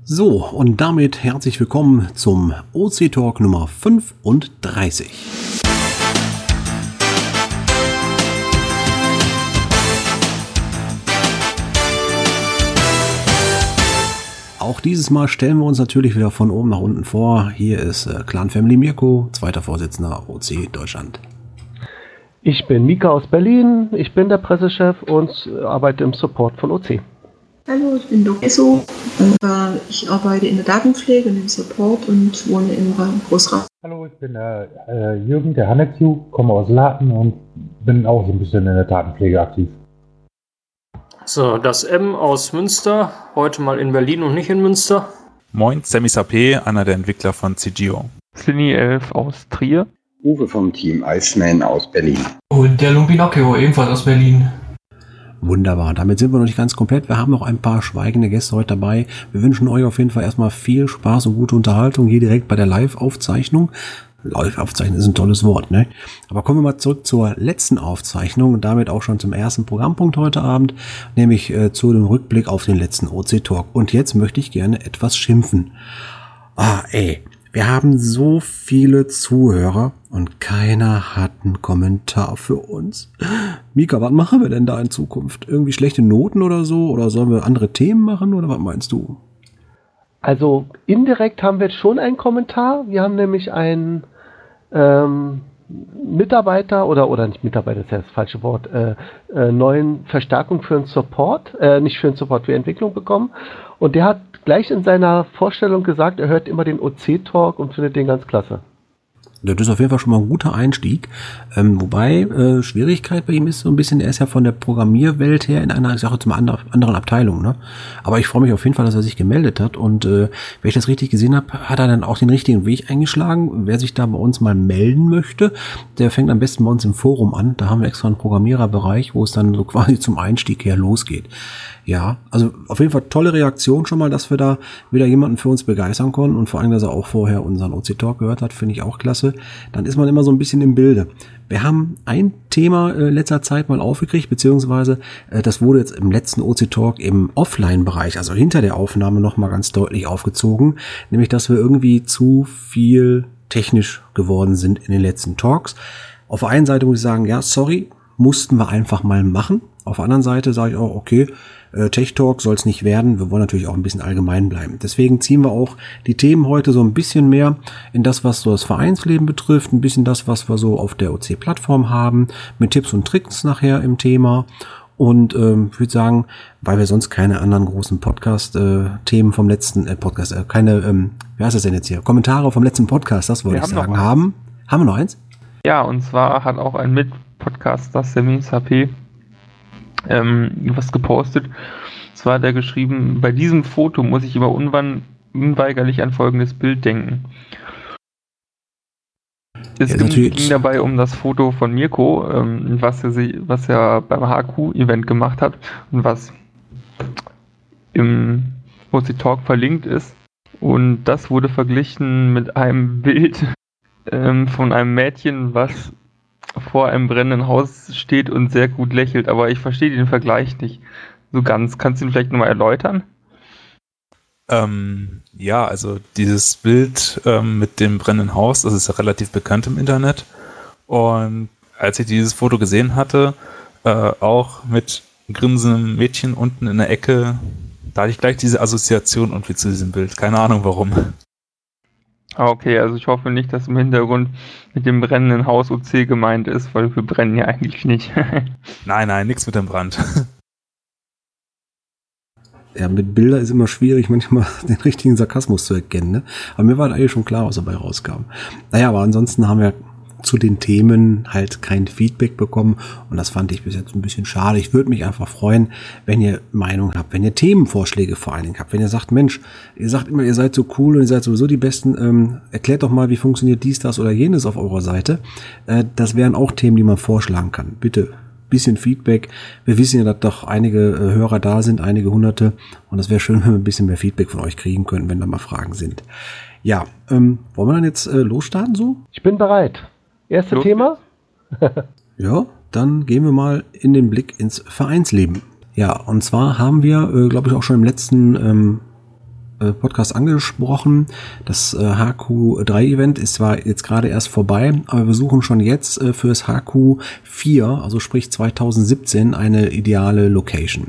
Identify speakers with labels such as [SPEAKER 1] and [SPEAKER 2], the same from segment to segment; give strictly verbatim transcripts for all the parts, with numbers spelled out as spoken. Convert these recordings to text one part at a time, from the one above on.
[SPEAKER 1] So, und damit herzlich willkommen zum O C Talk Nummer fünfunddreißig. Auch dieses Mal stellen wir uns natürlich wieder von oben nach unten vor. Hier ist äh, Clan Family Mirko, zweiter Vorsitzender O C Deutschland.
[SPEAKER 2] Ich bin Mika aus Berlin, ich bin der Pressechef und arbeite im Support von O C.
[SPEAKER 3] Hallo, ich bin Dogesso. Äh, ich arbeite in der Datenpflege und im Support und wohne im Großraum.
[SPEAKER 4] Hallo, ich bin äh, äh, Jürgen, der Hannexiu, komme aus Laten und bin auch so ein bisschen in der Datenpflege aktiv.
[SPEAKER 5] So, das M aus Münster, heute mal in Berlin und nicht in Münster.
[SPEAKER 6] Moin, Sammy Sapé, einer der Entwickler von C G O.
[SPEAKER 7] Slini elf aus Trier.
[SPEAKER 8] Uwe vom Team Iceman aus Berlin.
[SPEAKER 9] Und der Lumpinocchio, ebenfalls aus Berlin.
[SPEAKER 1] Wunderbar, damit sind wir noch nicht ganz komplett. Wir haben noch ein paar schweigende Gäste heute dabei. Wir wünschen euch auf jeden Fall erstmal viel Spaß und gute Unterhaltung hier direkt bei der Live-Aufzeichnung. Live-Aufzeichnung ist ein tolles Wort, ne? Aber kommen wir mal zurück zur letzten Aufzeichnung und damit auch schon zum ersten Programmpunkt heute Abend, nämlich äh, zu dem Rückblick auf den letzten O C Talk. Und jetzt möchte ich gerne etwas schimpfen. Ah, ey. Wir haben so viele Zuhörer und keiner hat einen Kommentar für uns. Mika, was machen wir denn da in Zukunft? Irgendwie schlechte Noten oder so? Oder sollen wir andere Themen machen? Oder was meinst du?
[SPEAKER 2] Also indirekt haben wir jetzt schon einen Kommentar. Wir haben nämlich einen ähm, Mitarbeiter oder oder nicht Mitarbeiter, das ist ja das falsche Wort, äh, äh, neuen Verstärkung für den Support, äh, nicht für den Support, für Entwicklung bekommen. Und der hat gleich in seiner Vorstellung gesagt, er hört immer den O C-Talk und findet den ganz klasse.
[SPEAKER 1] Das ist auf jeden Fall schon mal ein guter Einstieg. Ähm, wobei äh, Schwierigkeit bei ihm ist so ein bisschen, er ist ja von der Programmierwelt her in einer Sache zum andre, anderen Abteilung, ne? Aber ich freue mich auf jeden Fall, dass er sich gemeldet hat. Und äh, wenn ich das richtig gesehen habe, hat er dann auch den richtigen Weg eingeschlagen. Wer sich da bei uns mal melden möchte, der fängt am besten bei uns im Forum an. Da haben wir extra einen Programmiererbereich, wo es dann so quasi zum Einstieg her losgeht. Ja, also auf jeden Fall tolle Reaktion schon mal, dass wir da wieder jemanden für uns begeistern konnten und vor allem, dass er auch vorher unseren O C Talk gehört hat, finde ich auch klasse. Dann ist man immer so ein bisschen im Bilde. Wir haben ein Thema äh, letzter Zeit mal aufgekriegt, beziehungsweise äh, das wurde jetzt im letzten O C Talk im Offline-Bereich, also hinter der Aufnahme noch mal ganz deutlich aufgezogen, nämlich, dass wir irgendwie zu viel technisch geworden sind in den letzten Talks. Auf der einen Seite muss ich sagen, ja, sorry, mussten wir einfach mal machen. Auf der anderen Seite sage ich auch, okay, äh, Tech Talk soll es nicht werden. Wir wollen natürlich auch ein bisschen allgemein bleiben. Deswegen ziehen wir auch die Themen heute so ein bisschen mehr in das, was so das Vereinsleben betrifft, ein bisschen das, was wir so auf der O C-Plattform haben, mit Tipps und Tricks nachher im Thema. Und ähm, ich würde sagen, weil wir sonst keine anderen großen Podcast-Themen äh, vom letzten äh, Podcast, äh, keine, ähm, wie heißt das denn jetzt hier, Kommentare vom letzten Podcast, das wollte ich sagen, haben. Haben wir noch eins?
[SPEAKER 7] Ja, und zwar hat auch ein Mitpodcaster, Sammy Sapé, ähm, was gepostet. Zwar hat er geschrieben, bei diesem Foto muss ich immer unwann, unweigerlich an folgendes Bild denken. Es ja, ging, ging dabei um das Foto von Mirko, ähm, was, er sie, was er beim H Q-Event gemacht hat und was im O C Talk verlinkt ist. Und das wurde verglichen mit einem Bild ähm, von einem Mädchen, was vor einem brennenden Haus steht und sehr gut lächelt, aber ich verstehe den Vergleich nicht so ganz. Kannst du ihn vielleicht nochmal erläutern?
[SPEAKER 6] Ähm, ja, also dieses Bild ähm, mit dem brennenden Haus, das ist ja relativ bekannt im Internet. Und als ich dieses Foto gesehen hatte, äh, auch mit grinsendem Mädchen unten in der Ecke, da hatte ich gleich diese Assoziation irgendwie zu diesem Bild. Keine Ahnung warum.
[SPEAKER 7] Okay, also ich hoffe nicht, dass im Hintergrund mit dem brennenden Haus O C gemeint ist, weil wir brennen ja eigentlich nicht.
[SPEAKER 6] Nein, nein, nichts mit dem Brand.
[SPEAKER 1] Ja, mit Bildern ist immer schwierig, manchmal den richtigen Sarkasmus zu erkennen, ne? Aber mir war da eigentlich schon klar, was dabei rauskam. Naja, aber ansonsten haben wir zu den Themen halt kein Feedback bekommen und das fand ich bis jetzt ein bisschen schade. Ich würde mich einfach freuen, wenn ihr Meinung habt, wenn ihr Themenvorschläge vor allen Dingen habt, wenn ihr sagt, Mensch, ihr sagt immer, ihr seid so cool und ihr seid sowieso die Besten, ähm, erklärt doch mal, wie funktioniert dies, das oder jenes auf eurer Seite. Äh, das wären auch Themen, die man vorschlagen kann. Bitte bisschen Feedback. Wir wissen ja, dass doch einige äh, Hörer da sind, einige Hunderte und das wäre schön, wenn wir ein bisschen mehr Feedback von euch kriegen können, wenn da mal Fragen sind. Ja, ähm, wollen wir dann jetzt äh, losstarten so?
[SPEAKER 2] Ich bin bereit. Erste Los. Thema?
[SPEAKER 1] Ja, dann gehen wir mal in den Blick ins Vereinsleben. Ja, und zwar haben wir, äh, glaube ich, auch schon im letzten ähm, äh, Podcast angesprochen. Das äh, H Q drei Event ist zwar jetzt gerade erst vorbei, aber wir suchen schon jetzt äh, fürs H Q vier, also sprich zwanzig siebzehn, eine ideale Location.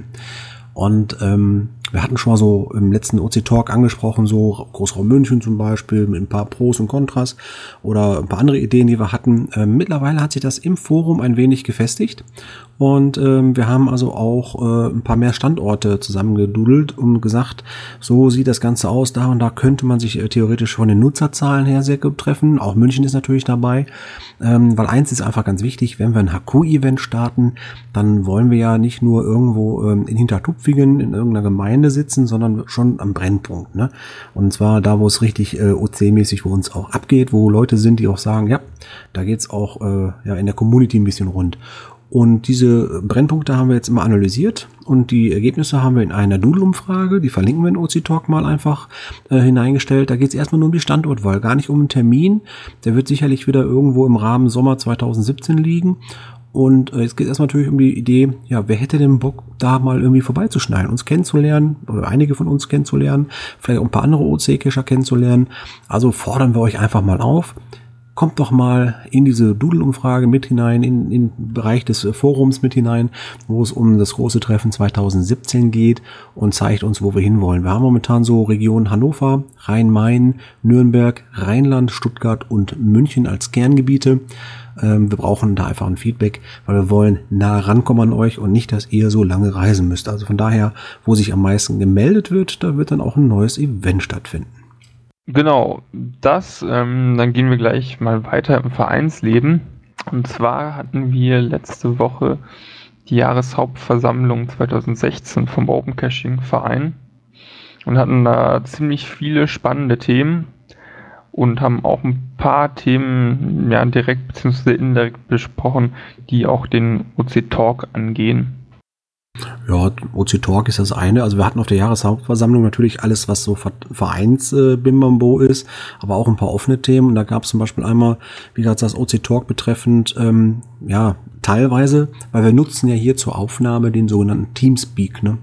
[SPEAKER 1] Und ähm, wir hatten schon mal so im letzten O C Talk angesprochen, so Großraum München zum Beispiel, mit ein paar Pros und Kontras oder ein paar andere Ideen, die wir hatten. Ähm, mittlerweile hat sich das im Forum ein wenig gefestigt und ähm, wir haben also auch äh, ein paar mehr Standorte zusammengedudelt und gesagt, so sieht das Ganze aus, da und da könnte man sich äh, theoretisch von den Nutzerzahlen her sehr gut treffen. Auch München ist natürlich dabei, ähm, weil eins ist einfach ganz wichtig, wenn wir ein H Q-Event starten, dann wollen wir ja nicht nur irgendwo ähm, in Hintertupfingen in irgendeiner Gemeinde sitzen, sondern schon am Brennpunkt, ne? Und zwar da, wo es richtig äh, O C-mäßig wo uns auch abgeht, wo Leute sind, die auch sagen, ja, da geht's auch äh, ja in der Community ein bisschen rund. Und diese Brennpunkte haben wir jetzt immer analysiert und die Ergebnisse haben wir in einer Doodle-Umfrage, die verlinken wir in O C Talk mal einfach äh, hineingestellt. Da geht es erstmal nur um die Standortwahl, gar nicht um einen Termin. Der wird sicherlich wieder irgendwo im Rahmen Sommer zwanzig siebzehn liegen. Und äh, jetzt geht es erstmal natürlich um die Idee, ja, wer hätte denn Bock, da mal irgendwie vorbeizuschneiden, uns kennenzulernen oder einige von uns kennenzulernen, vielleicht auch ein paar andere O C-Cacher kennenzulernen. Also fordern wir euch einfach mal auf. Kommt doch mal in diese Doodle-Umfrage mit hinein, in, in den Bereich des Forums mit hinein, wo es um das große Treffen zwanzig siebzehn geht und zeigt uns, wo wir hinwollen. Wir haben momentan so Regionen Hannover, Rhein-Main, Nürnberg, Rheinland, Stuttgart und München als Kerngebiete. Ähm, wir brauchen da einfach ein Feedback, weil wir wollen nah rankommen an euch und nicht, dass ihr so lange reisen müsst. Also von daher, wo sich am meisten gemeldet wird, da wird dann auch ein neues Event stattfinden.
[SPEAKER 7] Genau, das, ähm, dann gehen wir gleich mal weiter im Vereinsleben. Und zwar hatten wir letzte Woche die Jahreshauptversammlung zwanzig sechzehn vom Open Caching Verein und hatten da ziemlich viele spannende Themen und haben auch ein paar Themen ja, direkt bzw. indirekt besprochen, die auch den O C Talk angehen.
[SPEAKER 1] Ja, O C Talk ist das eine. Also wir hatten auf der Jahreshauptversammlung natürlich alles, was so Vereins-Bimbambo äh, ist, aber auch ein paar offene Themen. Und da gab es zum Beispiel einmal, wie gesagt, das O C Talk betreffend, ähm, ja, teilweise, weil wir nutzen ja hier zur Aufnahme den sogenannten Teamspeak, ne?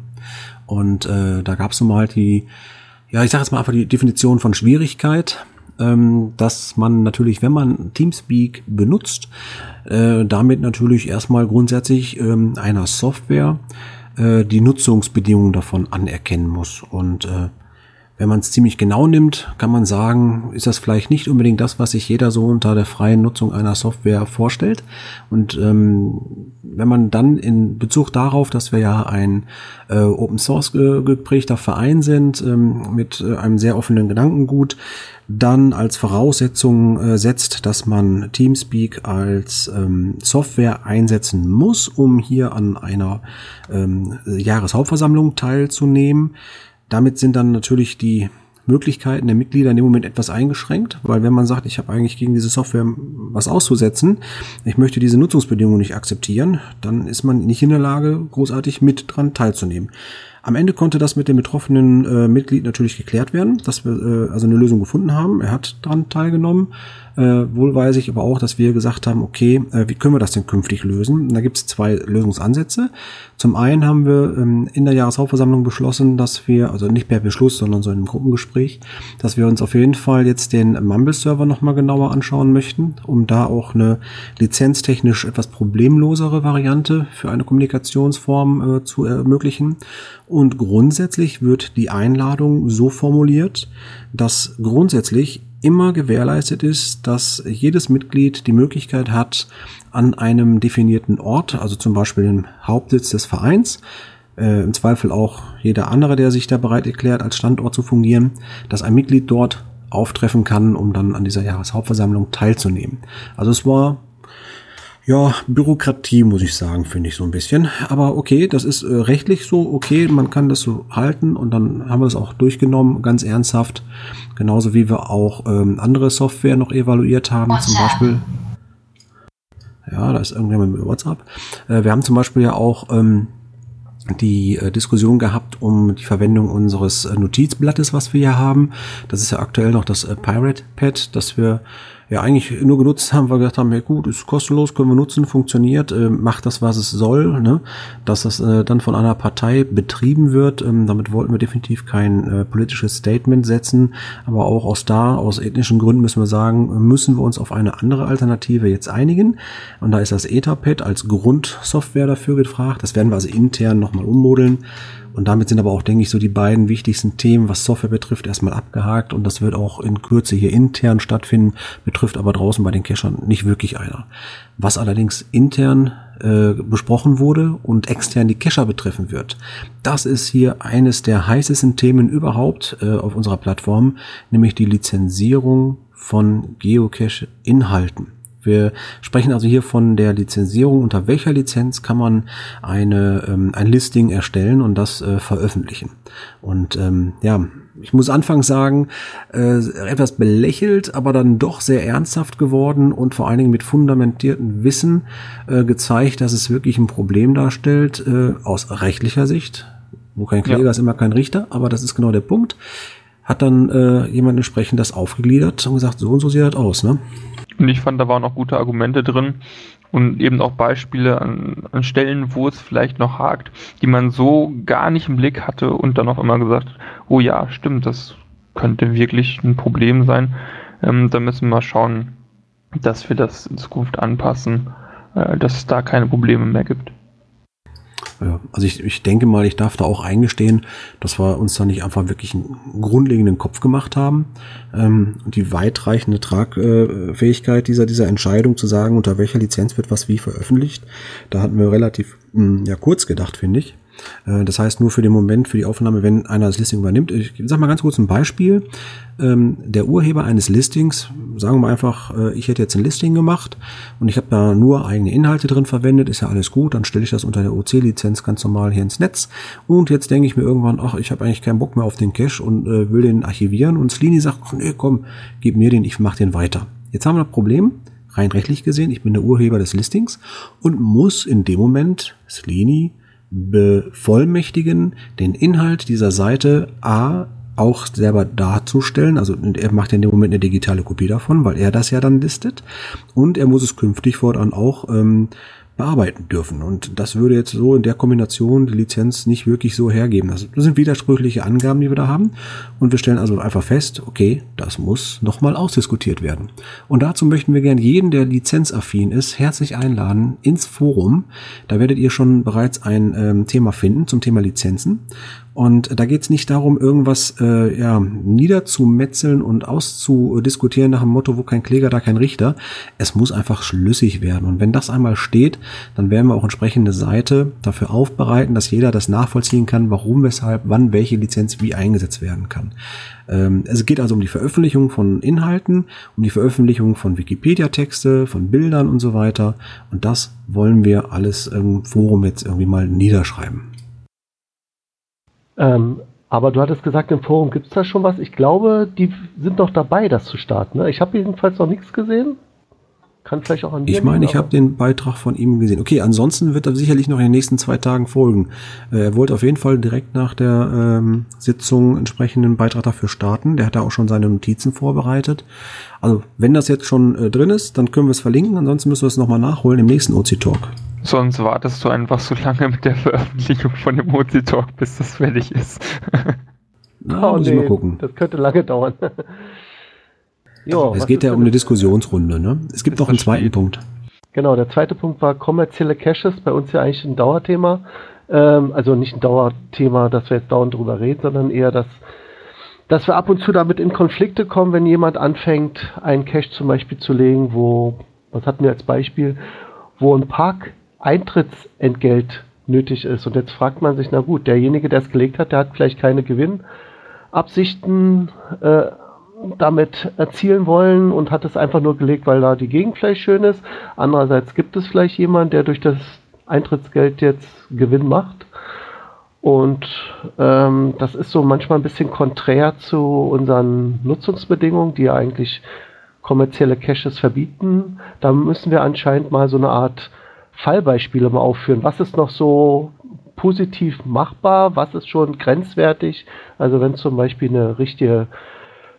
[SPEAKER 1] Und äh, da gab es mal halt die, ja, ich sage jetzt mal einfach die Definition von Schwierigkeit, ähm, dass man natürlich, wenn man Teamspeak benutzt, äh, damit natürlich erstmal grundsätzlich ähm, einer Software äh, die Nutzungsbedingungen davon anerkennen muss. Und äh, wenn man es ziemlich genau nimmt, kann man sagen, ist das vielleicht nicht unbedingt das, was sich jeder so unter der freien Nutzung einer Software vorstellt. Und ähm, wenn man dann in Bezug darauf, dass wir ja ein äh, Open Source ge- geprägter Verein sind, ähm, mit äh, einem sehr offenen Gedankengut, dann als Voraussetzung äh, setzt, dass man Teamspeak als ähm, Software einsetzen muss, um hier an einer ähm, Jahreshauptversammlung teilzunehmen. Damit sind dann natürlich die Möglichkeiten der Mitglieder in dem Moment etwas eingeschränkt, weil wenn man sagt, ich habe eigentlich gegen diese Software was auszusetzen, ich möchte diese Nutzungsbedingungen nicht akzeptieren, dann ist man nicht in der Lage, großartig mit dran teilzunehmen. Am Ende konnte das mit dem betroffenen äh, Mitglied natürlich geklärt werden, dass wir äh, also eine Lösung gefunden haben. Er hat daran teilgenommen. Äh, wohl weiß ich aber auch, dass wir gesagt haben, okay, äh, wie können wir das denn künftig lösen? Und da gibt es zwei Lösungsansätze. Zum einen haben wir ähm, in der Jahreshauptversammlung beschlossen, dass wir, also nicht per Beschluss, sondern so in einem Gruppengespräch, dass wir uns auf jeden Fall jetzt den Mumble-Server nochmal genauer anschauen möchten, um da auch eine lizenztechnisch etwas problemlosere Variante für eine Kommunikationsform äh, zu ermöglichen. Und grundsätzlich wird die Einladung so formuliert, dass grundsätzlich immer gewährleistet ist, dass jedes Mitglied die Möglichkeit hat, an einem definierten Ort, also zum Beispiel dem Hauptsitz des Vereins, äh, im Zweifel auch jeder andere, der sich da bereit erklärt, als Standort zu fungieren, dass ein Mitglied dort auftreffen kann, um dann an dieser Jahreshauptversammlung teilzunehmen. Also es war ja, Bürokratie, muss ich sagen, finde ich so ein bisschen. Aber okay, das ist äh, rechtlich so okay, man kann das so halten und dann haben wir das auch durchgenommen, ganz ernsthaft. Genauso wie wir auch ähm, andere Software noch evaluiert haben, WhatsApp. Zum Beispiel. Ja, da ist irgendjemand mit WhatsApp. Äh, wir haben zum Beispiel ja auch ähm, die äh, Diskussion gehabt um die Verwendung unseres äh, Notizblattes, was wir hier haben. Das ist ja aktuell noch das äh, Pirate Pad, das wir ja eigentlich nur genutzt haben, weil wir gesagt haben, ja gut, ist kostenlos, können wir nutzen, funktioniert, äh, macht das, was es soll, ne? Dass das äh, dann von einer Partei betrieben wird, ähm, damit wollten wir definitiv kein äh, politisches Statement setzen, aber auch aus da, aus ethnischen Gründen müssen wir sagen, müssen wir uns auf eine andere Alternative jetzt einigen und da ist das Etherpad als Grundsoftware dafür gefragt, das werden wir also intern nochmal ummodeln. Und damit sind aber auch, denke ich, so die beiden wichtigsten Themen, was Software betrifft, erstmal abgehakt. Und das wird auch in Kürze hier intern stattfinden, betrifft aber draußen bei den Cachern nicht wirklich einer. Was allerdings intern äh, besprochen wurde und extern die Cacher betreffen wird, das ist hier eines der heißesten Themen überhaupt äh, auf unserer Plattform, nämlich die Lizenzierung von Geocache-Inhalten. Wir sprechen also hier von der Lizenzierung, unter welcher Lizenz kann man eine, ähm, ein Listing erstellen und das äh, veröffentlichen. Und ähm, ja, ich muss anfangs sagen, äh, etwas belächelt, aber dann doch sehr ernsthaft geworden und vor allen Dingen mit fundamentiertem Wissen äh, gezeigt, dass es wirklich ein Problem darstellt, äh, aus rechtlicher Sicht. Wo kein Kläger
[SPEAKER 7] Ja.
[SPEAKER 1] ist immer kein Richter, aber das ist genau der Punkt. Hat dann äh, jemand entsprechend das aufgegliedert und gesagt, so und so sieht das aus, ne?
[SPEAKER 7] Und ich fand, da waren auch gute Argumente drin und eben auch Beispiele an, an Stellen, wo es vielleicht noch hakt, die man so gar nicht im Blick hatte und dann auf einmal gesagt, oh ja, stimmt, das könnte wirklich ein Problem sein. Ähm, da müssen wir mal schauen, dass wir das in Zukunft anpassen, äh, dass es da keine Probleme mehr gibt.
[SPEAKER 1] Ja, also ich, ich denke mal, ich darf da auch eingestehen, dass wir uns da nicht einfach wirklich einen grundlegenden Kopf gemacht haben. Ähm, die weitreichende Tragfähigkeit dieser, dieser Entscheidung zu sagen, unter welcher Lizenz wird was wie veröffentlicht, da hatten wir relativ mh, ja, kurz gedacht, finde ich. Äh, das heißt, nur für den Moment, für die Aufnahme, wenn einer das Listing übernimmt. Ich sag mal ganz kurz ein Beispiel. Ähm, der Urheber eines Listings, sagen wir mal einfach, äh, ich hätte jetzt ein Listing gemacht und ich habe da nur eigene Inhalte drin verwendet, ist ja alles gut, dann stelle ich das unter der O C-Lizenz ganz normal hier ins Netz und jetzt denke ich mir irgendwann, ach, ich habe eigentlich keinen Bock mehr auf den Cache und äh, will den archivieren und Slini sagt, ach nee, komm, gib mir den, ich mache den weiter. Jetzt haben wir das Problem, rein rechtlich gesehen, ich bin der Urheber des Listings und muss in dem Moment Slini bevollmächtigen, den Inhalt dieser Seite A auch selber darzustellen, also er macht ja in dem Moment eine digitale Kopie davon, weil er das ja dann listet und er muss es künftig fortan auch ähm, bearbeiten dürfen und das würde jetzt so in der Kombination die Lizenz nicht wirklich so hergeben. Das sind widersprüchliche Angaben, die wir da haben und wir stellen also einfach fest, okay, das muss nochmal ausdiskutiert werden. Und dazu möchten wir gerne jeden, der lizenzaffin ist, herzlich einladen ins Forum. Da werdet ihr schon bereits ein ähm, Thema finden zum Thema Lizenzen. Und da geht es nicht darum, irgendwas äh, ja, niederzumetzeln und auszudiskutieren nach dem Motto, wo kein Kläger, da kein Richter. Es muss einfach schlüssig werden. Und wenn das einmal steht, dann werden wir auch entsprechende Seite dafür aufbereiten, dass jeder das nachvollziehen kann, warum, weshalb, wann welche Lizenz wie eingesetzt werden kann. Ähm, es geht also um die Veröffentlichung von Inhalten, um die Veröffentlichung von Wikipedia-Texte, von Bildern und so weiter. Und das wollen wir alles im Forum jetzt irgendwie mal niederschreiben.
[SPEAKER 2] Ähm, aber du hattest gesagt, im Forum gibt es da schon was. Ich glaube, die sind noch dabei, das zu starten. Ne? Ich habe jedenfalls noch nichts gesehen. Kann vielleicht auch an dir
[SPEAKER 1] Ich meine,
[SPEAKER 2] liegen,
[SPEAKER 1] ich habe den Beitrag von ihm gesehen. Okay, ansonsten wird er sicherlich noch in den nächsten zwei Tagen folgen. Äh, er wollte auf jeden Fall direkt nach der ähm, Sitzung entsprechenden Beitrag dafür starten. Der hat da auch schon seine Notizen vorbereitet. Also, wenn das jetzt schon äh, drin ist, dann können wir es verlinken. Ansonsten müssen wir es nochmal nachholen im nächsten O C Talk.
[SPEAKER 7] Sonst wartest du einfach so lange mit der Veröffentlichung von dem O C Talk, bis das fertig ist.
[SPEAKER 1] Na,
[SPEAKER 2] oh,
[SPEAKER 1] muss
[SPEAKER 2] nee,
[SPEAKER 1] ich mal gucken.
[SPEAKER 2] Das könnte lange dauern. jo,
[SPEAKER 1] Es geht ja um eine Diskussionsrunde, ne? Es gibt noch einen zweiten Punkt.
[SPEAKER 2] Genau, der zweite Punkt war kommerzielle Caches, bei uns ja eigentlich ein Dauerthema. Ähm, also nicht ein Dauerthema, dass wir jetzt dauernd drüber reden, sondern eher, dass, dass wir ab und zu damit in Konflikte kommen, wenn jemand anfängt, einen Cache zum Beispiel zu legen, wo, was hatten wir als Beispiel, wo ein Park-Eintrittsentgelt nötig ist. Und jetzt fragt man sich, na gut, derjenige, der es gelegt hat, der hat vielleicht keine Gewinnabsichten äh, damit erzielen wollen und hat es einfach nur gelegt, weil da die Gegend vielleicht schön ist. Andererseits gibt es vielleicht jemanden, der durch das Eintrittsgeld jetzt Gewinn macht. Und ähm, das ist so manchmal ein bisschen konträr zu unseren Nutzungsbedingungen, die ja eigentlich kommerzielle Caches verbieten. Da müssen wir anscheinend mal so eine Art Fallbeispiele mal aufführen. Was ist noch so positiv machbar? Was ist schon grenzwertig? Also wenn zum Beispiel eine richtige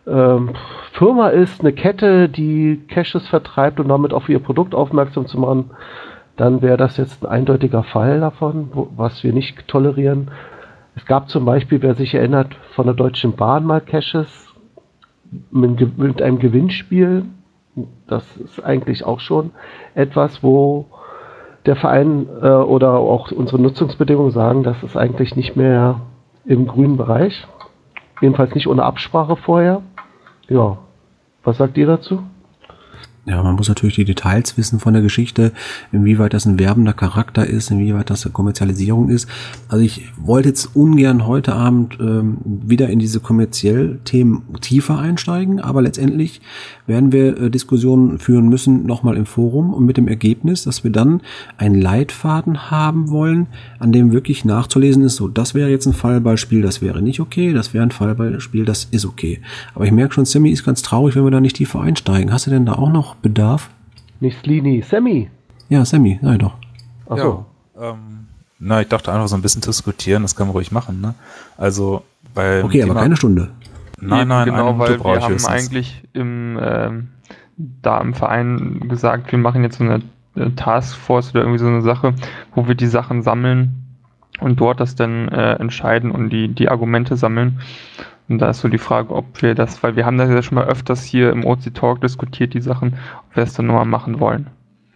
[SPEAKER 2] ähm, Firma ist, eine Kette, die Caches vertreibt und damit auf ihr Produkt aufmerksam zu machen, dann wäre das jetzt ein eindeutiger Fall davon, wo, was wir nicht tolerieren. Es gab zum Beispiel, wer sich erinnert, von der Deutschen Bahn mal Caches mit, mit einem Gewinnspiel. Das ist eigentlich auch schon etwas, wo der Verein äh, oder auch unsere Nutzungsbedingungen sagen, das ist eigentlich nicht mehr im grünen Bereich. Jedenfalls nicht ohne Absprache vorher. Ja, was sagt ihr dazu?
[SPEAKER 1] Ja, man muss natürlich die Details wissen von der Geschichte, inwieweit das ein werbender Charakter ist, inwieweit das eine Kommerzialisierung ist. Also ich wollte jetzt ungern heute Abend ähm, wieder in diese kommerziell Themen tiefer einsteigen, aber letztendlich werden wir äh, Diskussionen führen müssen, nochmal im Forum und mit dem Ergebnis, dass wir dann einen Leitfaden haben wollen, an dem wirklich nachzulesen ist, so, das wäre jetzt ein Fallbeispiel, das wäre nicht okay, das wäre ein Fallbeispiel, das ist okay. Aber ich merke schon, Sammy ist ganz traurig, wenn wir da nicht tiefer einsteigen. Hast du denn da auch noch Bedarf?
[SPEAKER 2] Nicht Slini, Sammy.
[SPEAKER 1] Ja, Sammy, sei doch.
[SPEAKER 2] Ach so.
[SPEAKER 6] Ja, ähm, na, ich dachte einfach so ein bisschen diskutieren, das kann man ruhig machen, ne? Also bei
[SPEAKER 1] Okay, aber keine Stunde.
[SPEAKER 6] Nein, nein,
[SPEAKER 7] genau,
[SPEAKER 6] eine
[SPEAKER 7] weil
[SPEAKER 6] Minute brauche
[SPEAKER 7] wir
[SPEAKER 6] ich
[SPEAKER 7] haben
[SPEAKER 6] höchstens.
[SPEAKER 7] eigentlich im ähm, da im Verein gesagt, wir machen jetzt so eine äh, Taskforce oder irgendwie so eine Sache, wo wir die Sachen sammeln und dort das dann äh, entscheiden und die die Argumente sammeln. Und da ist so die Frage, ob wir das, weil wir haben das ja schon mal öfters hier im O C Talk diskutiert, die Sachen, ob wir es dann nochmal machen wollen.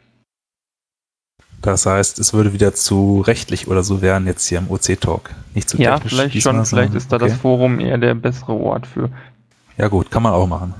[SPEAKER 6] Das heißt, es würde wieder zu rechtlich oder so werden jetzt hier im O C Talk. Nicht zu
[SPEAKER 7] Ja,
[SPEAKER 6] technisch.
[SPEAKER 7] vielleicht
[SPEAKER 6] diesmal,
[SPEAKER 7] schon, vielleicht
[SPEAKER 6] sondern-
[SPEAKER 7] ist da
[SPEAKER 6] okay.
[SPEAKER 7] das Forum eher der bessere Ort für.
[SPEAKER 6] Ja gut, kann man auch machen.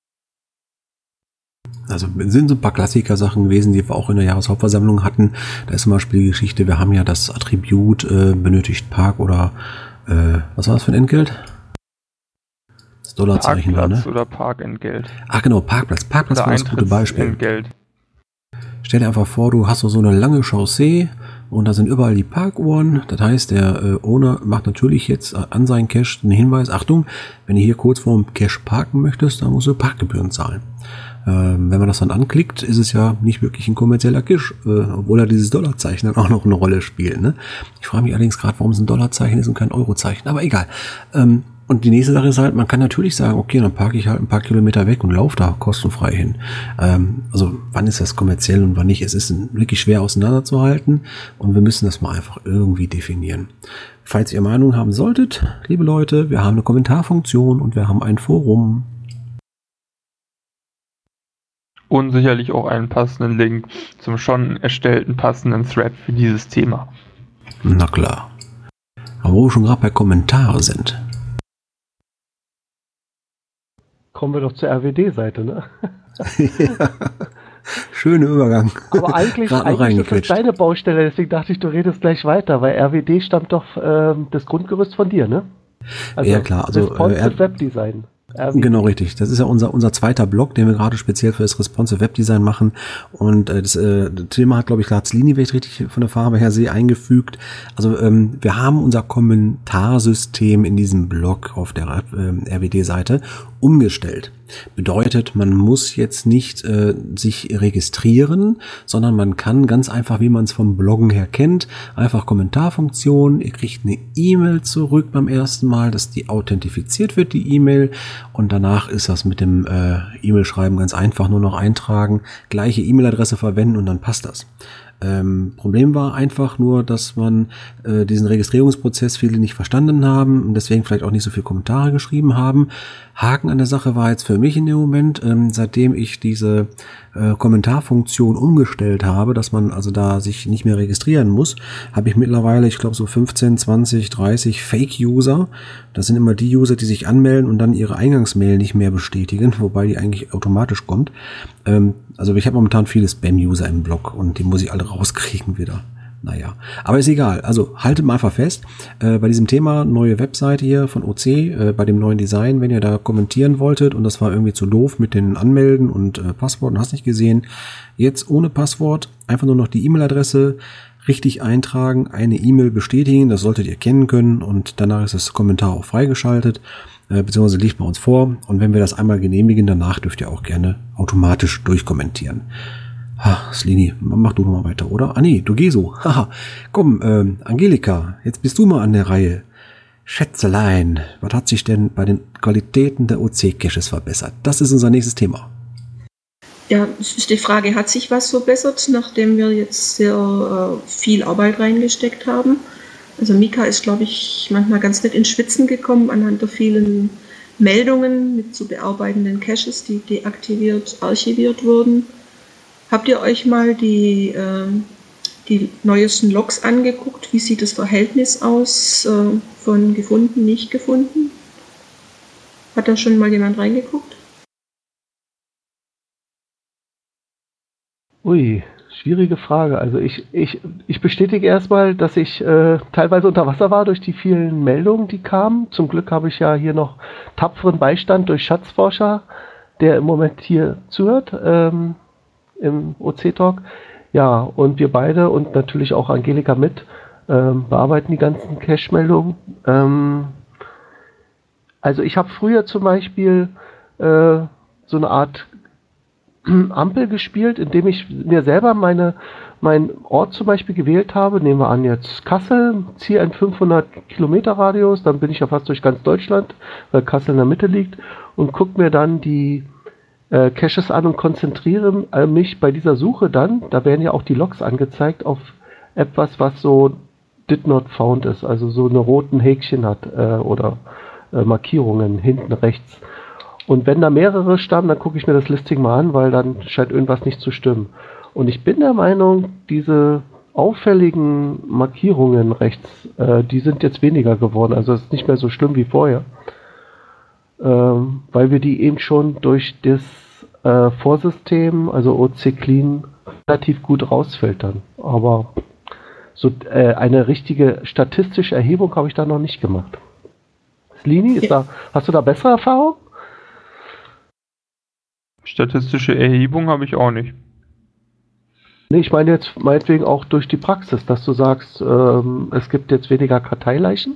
[SPEAKER 1] Also es sind so ein paar Klassiker-Sachen gewesen, die wir auch in der Jahreshauptversammlung hatten. Da ist zum Beispiel die Geschichte, wir haben ja das Attribut äh, benötigt Park oder äh, was war das für ein Entgelt? Das Dollarzeichen war,
[SPEAKER 7] Parkplatz
[SPEAKER 1] ne?
[SPEAKER 7] oder Parkentgelt.
[SPEAKER 1] Ach genau, Parkplatz. Parkplatz
[SPEAKER 7] Oder
[SPEAKER 1] war das gute Beispiel.
[SPEAKER 7] Eintrittsentgelt.
[SPEAKER 1] Stell dir einfach vor, du hast so eine lange Chaussee und da sind überall die Parkuhren. Das heißt, der äh, Owner macht natürlich jetzt äh, an seinen Cache einen Hinweis, Achtung, wenn du hier kurz vor dem Cache parken möchtest, dann musst du Parkgebühren zahlen. Ähm, wenn man das dann anklickt, ist es ja nicht wirklich ein kommerzieller Cache, äh, obwohl er dieses Dollarzeichen dann auch noch eine Rolle spielt. Ne? Ich frage mich allerdings gerade, warum es ein Dollarzeichen ist und kein Eurozeichen, aber egal. Ähm, Und die nächste Sache ist halt, man kann natürlich sagen, okay, dann parke ich halt ein paar Kilometer weg und laufe da kostenfrei hin. Ähm, also wann ist das kommerziell und wann nicht? Es ist wirklich schwer auseinanderzuhalten und wir müssen das mal einfach irgendwie definieren. Falls ihr Meinung haben solltet, liebe Leute, wir haben eine Kommentarfunktion und wir haben ein Forum.
[SPEAKER 7] Und sicherlich auch einen passenden Link zum schon erstellten passenden Thread für dieses Thema.
[SPEAKER 1] Na klar. Aber wo wir schon gerade bei Kommentare sind.
[SPEAKER 2] Kommen wir doch zur R W D-Seite, ne?
[SPEAKER 1] Ja. Schöner Übergang.
[SPEAKER 2] Aber eigentlich,
[SPEAKER 1] Gerade noch
[SPEAKER 2] eigentlich ist das
[SPEAKER 1] reingequetscht.
[SPEAKER 2] deine Baustelle, deswegen dachte ich, du redest gleich weiter, weil R W D stammt doch ähm, das Grundgerüst von dir, ne?
[SPEAKER 1] Ja, klar, also,
[SPEAKER 2] Responsive
[SPEAKER 1] äh, R-
[SPEAKER 2] Webdesign. R W D.
[SPEAKER 1] Genau, richtig. Das ist ja unser unser zweiter Blog, den wir gerade speziell für das Responsive Webdesign machen. Und äh, das, äh, das Thema hat, glaube ich, Larzlini, wenn ich richtig von der Farbe her sehe, eingefügt. Also ähm, wir haben unser Kommentarsystem in diesem Blog auf der ähm, R W D-Seite umgestellt. Bedeutet, man muss jetzt nicht äh, sich registrieren, sondern man kann ganz einfach, wie man es vom Bloggen her kennt, einfach Kommentarfunktion, ihr kriegt eine E-Mail zurück beim ersten Mal, dass die authentifiziert wird, die E-Mail, und danach ist das mit dem äh, E-Mail-Schreiben ganz einfach, nur noch eintragen, gleiche E-Mail-Adresse verwenden und dann passt das. Ähm, Problem war einfach nur, dass man äh, diesen Registrierungsprozess viele nicht verstanden haben und deswegen vielleicht auch nicht so viele Kommentare geschrieben haben. Haken an der Sache war jetzt für mich in dem Moment, ähm, seitdem ich diese äh, Kommentarfunktion umgestellt habe, dass man also da sich nicht mehr registrieren muss, habe ich mittlerweile, ich glaube so fünfzehn, zwanzig, dreißig Fake-User. Das sind immer die User, die sich anmelden und dann ihre Eingangsmail nicht mehr bestätigen, wobei die eigentlich automatisch kommt. Ähm, also ich habe momentan viele Spam-User im Blog und die muss ich alle rauskriegen wieder. Naja, aber ist egal. Also haltet mal einfach fest, äh, bei diesem Thema neue Webseite hier von O C, äh, bei dem neuen Design, wenn ihr da kommentieren wolltet und das war irgendwie zu doof mit den Anmelden und äh, Passwort und hast nicht gesehen, jetzt ohne Passwort, einfach nur noch die E-Mail-Adresse richtig eintragen, eine E-Mail bestätigen, das solltet ihr kennen können und danach ist das Kommentar auch freigeschaltet, äh, beziehungsweise liegt bei uns vor und wenn wir das einmal genehmigen, danach dürft ihr auch gerne automatisch durchkommentieren. Ha, Slini, mach du noch mal weiter, oder? Ah nee, du geh so. Haha. Komm, ähm, Angelika, jetzt bist du mal an der Reihe. Schätzelein, was hat sich denn bei den Qualitäten der O C-Caches verbessert? Das ist unser nächstes Thema.
[SPEAKER 3] Ja, es ist die Frage, hat sich was verbessert, nachdem wir jetzt sehr äh, viel Arbeit reingesteckt haben? Also Mika ist, glaube ich, manchmal ganz nett ins Schwitzen gekommen anhand der vielen Meldungen mit zu bearbeitenden Caches, die deaktiviert, archiviert wurden. Habt ihr euch mal die, äh, die neuesten Logs angeguckt? Wie sieht das Verhältnis aus äh, von gefunden, nicht gefunden? Hat da schon mal jemand reingeguckt?
[SPEAKER 2] Ui, schwierige Frage. Also ich, ich, ich bestätige erstmal, dass ich äh, teilweise unter Wasser war durch die vielen Meldungen, die kamen. Zum Glück habe ich ja hier noch tapferen Beistand durch Schatzforscher, der im Moment hier zuhört ähm, im O C-Talk. Ja, und wir beide und natürlich auch Angelika mit ähm, bearbeiten die ganzen Cache-Meldungen. Ähm, also ich habe früher zum Beispiel äh, so eine Art Ampel gespielt, indem ich mir selber meine, meinen Ort zum Beispiel gewählt habe. Nehmen wir an jetzt Kassel, ziehe einen fünfhundert Kilometer Radius, dann bin ich ja fast durch ganz Deutschland, weil Kassel in der Mitte liegt, und gucke mir dann die äh, Caches an und konzentriere äh, mich bei dieser Suche dann, da werden ja auch die Logs angezeigt, auf etwas, was so did not found ist, also so eine roten Häkchen hat äh, oder äh, Markierungen hinten rechts. Und wenn da mehrere stammen, dann gucke ich mir das Listing mal an, weil dann scheint irgendwas nicht zu stimmen. Und ich bin der Meinung, diese auffälligen Markierungen rechts, äh, die sind jetzt weniger geworden. Also es ist nicht mehr so schlimm wie vorher. Ähm, weil wir die eben schon durch das äh, Vorsystem, also O C Clean, relativ gut rausfiltern. Aber so äh, eine richtige statistische Erhebung habe ich da noch nicht gemacht. Slini, ist da, hast du da bessere Erfahrung?
[SPEAKER 7] Statistische Erhebung habe ich auch nicht.
[SPEAKER 2] Nee, ich meine jetzt meinetwegen auch durch die Praxis, dass du sagst, ähm, es gibt jetzt weniger Karteileichen?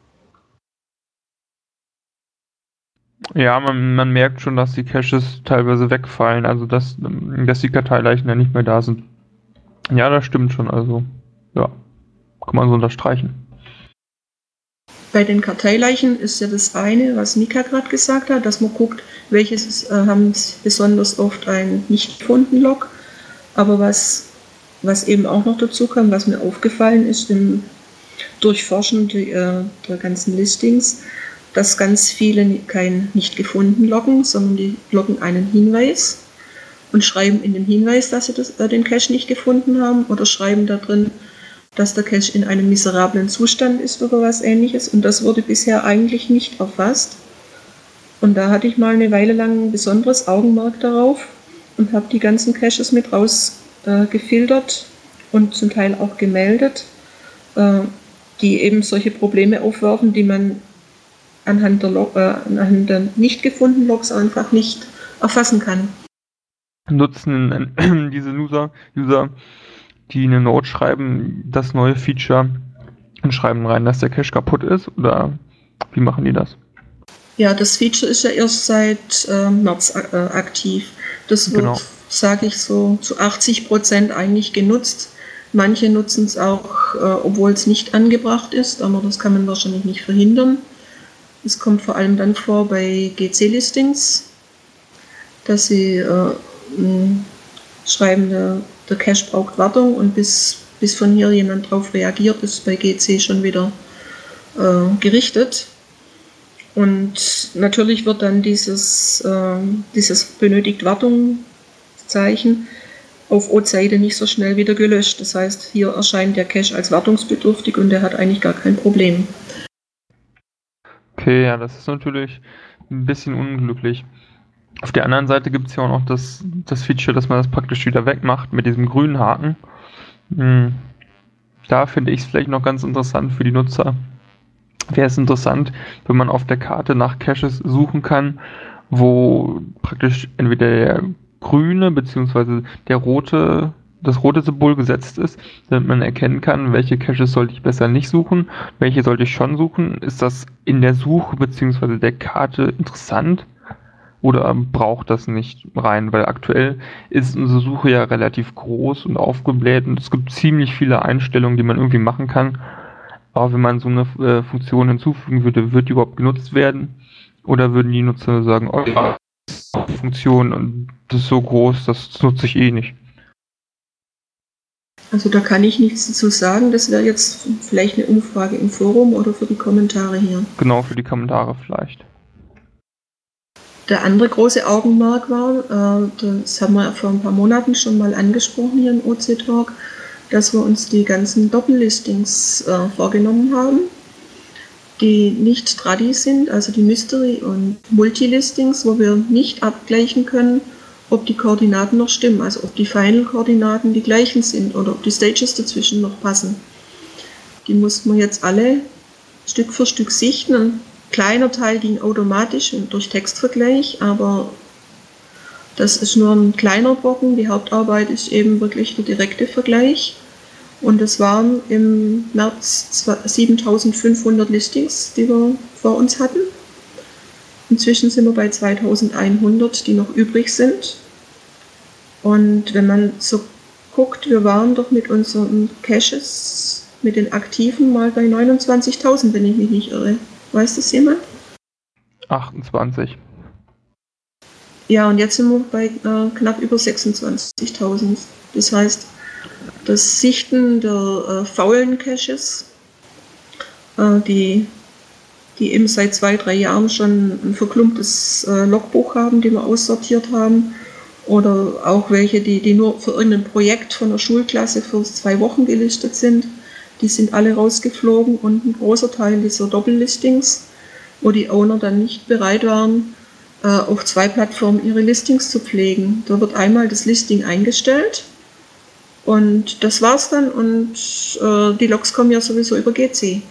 [SPEAKER 7] Ja, man, man merkt schon, dass die Caches teilweise wegfallen, also dass, dass die Karteileichen ja nicht mehr da sind. Ja, das stimmt schon, also ja, kann man so unterstreichen.
[SPEAKER 3] Bei den Karteileichen ist ja das eine, was Mika gerade gesagt hat, dass man guckt, welches äh, haben besonders oft ein nicht gefunden Log. Aber was, was eben auch noch dazu kam, was mir aufgefallen ist im Durchforschen die, äh, der ganzen Listings, dass ganz viele kein nicht gefunden loggen, sondern die loggen einen Hinweis und schreiben in den Hinweis, dass sie das, äh, den Cache nicht gefunden haben, oder schreiben da drin, dass der Cache in einem miserablen Zustand ist oder was Ähnliches. Und das wurde bisher eigentlich nicht erfasst. Und da hatte ich mal eine Weile lang ein besonderes Augenmerk darauf und habe die ganzen Caches mit rausgefiltert äh, und zum Teil auch gemeldet, äh, die eben solche Probleme aufwerfen, die man anhand der, Log, äh, anhand der nicht gefundenen Logs einfach nicht erfassen kann.
[SPEAKER 7] Nutzen äh, diese User, User die eine Note schreiben, das neue Feature, und schreiben rein, dass der Cache kaputt ist, oder wie machen die das?
[SPEAKER 3] Ja, das Feature ist ja erst seit äh, März äh, aktiv. Das wird, genau, sage ich so, zu achtzig Prozent eigentlich genutzt. Manche nutzen es auch, äh, obwohl es nicht angebracht ist, aber das kann man wahrscheinlich nicht verhindern. Es kommt vor allem dann vor bei G C-Listings, dass sie äh, mh, schreiben, der, der Cache braucht Wartung, und bis, bis von hier jemand drauf reagiert, ist bei G C schon wieder äh, gerichtet. Und natürlich wird dann dieses, äh, dieses benötigt Wartung Zeichen auf O-Seite nicht so schnell wieder gelöscht. Das heißt, hier erscheint der Cache als wartungsbedürftig und der hat eigentlich gar kein Problem.
[SPEAKER 7] Okay, ja, das ist natürlich ein bisschen unglücklich. Auf der anderen Seite gibt es ja auch noch das, das Feature, dass man das praktisch wieder wegmacht mit diesem grünen Haken. Hm. Da finde ich es vielleicht noch ganz interessant für die Nutzer. Wäre es interessant, wenn man auf der Karte nach Caches suchen kann, wo praktisch entweder der grüne bzw. der rote, das rote Symbol gesetzt ist, damit man erkennen kann, welche Caches sollte ich besser nicht suchen, welche sollte ich schon suchen. Ist das in der Suche bzw. der Karte interessant oder braucht das nicht rein? Weil aktuell ist unsere Suche ja relativ groß und aufgebläht und es gibt ziemlich viele Einstellungen, die man irgendwie machen kann. Aber wenn man so eine äh, Funktion hinzufügen würde, wird die überhaupt genutzt werden? Oder würden die Nutzer sagen, oh ja, Funktion und das ist so groß, das nutze ich eh nicht?
[SPEAKER 3] Also da kann ich nichts dazu sagen. Das wäre jetzt vielleicht eine Umfrage im Forum oder für die Kommentare hier.
[SPEAKER 7] Genau, für die Kommentare vielleicht.
[SPEAKER 3] Der andere große Augenmerk war, äh, das haben wir vor ein paar Monaten schon mal angesprochen hier im O C Talk, dass wir uns die ganzen Doppellistings äh, vorgenommen haben, die nicht Tradi sind, also die Mystery- und Multilistings, wo wir nicht abgleichen können, ob die Koordinaten noch stimmen, also ob die Final-Koordinaten die gleichen sind oder ob die Stages dazwischen noch passen. Die mussten wir jetzt alle Stück für Stück sichten. Ein kleiner Teil ging automatisch und durch Textvergleich, aber das ist nur ein kleiner Brocken. Die Hauptarbeit ist eben wirklich der direkte Vergleich. Und es waren im März siebentausendfünfhundert Listings, die wir vor uns hatten. Inzwischen sind wir bei zweitausendeinhundert, die noch übrig sind. Und wenn man so guckt, wir waren doch mit unseren Caches, mit den Aktiven mal bei neunundzwanzigtausend, wenn ich mich nicht irre. Weiß das jemand?
[SPEAKER 7] achtundzwanzig.
[SPEAKER 3] Ja, und jetzt sind wir bei äh, knapp über sechsundzwanzigtausend. Das heißt, das Sichten der äh, faulen Caches, äh, die, die eben seit zwei, drei Jahren schon ein verklumptes äh, Logbuch haben, die wir aussortiert haben, oder auch welche, die, die nur für irgendein Projekt von der Schulklasse für zwei Wochen gelistet sind, die sind alle rausgeflogen, und ein großer Teil dieser Doppellistings, wo die Owner dann nicht bereit waren, äh, auf zwei Plattformen ihre Listings zu pflegen. Da wird einmal das Listing eingestellt und das war's dann, und äh, die Logs kommen ja sowieso über G C.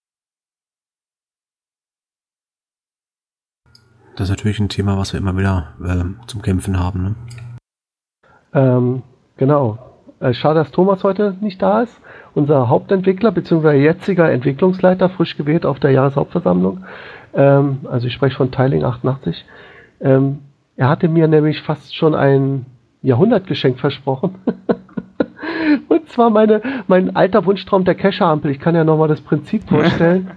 [SPEAKER 1] Das ist natürlich ein Thema, was wir immer wieder äh, zum Kämpfen haben. Ne?
[SPEAKER 2] Ähm, genau. Äh, schade, dass Thomas heute nicht da ist. Unser Hauptentwickler bzw. jetziger Entwicklungsleiter, frisch gewählt auf der Jahreshauptversammlung. Ähm, also ich spreche von Tiling achtundachtzig. Ähm, er hatte mir nämlich fast schon ein Jahrhundertgeschenk versprochen. Und zwar meine, mein alter Wunschtraum der Cache-Ampel. Ich kann ja nochmal das Prinzip vorstellen.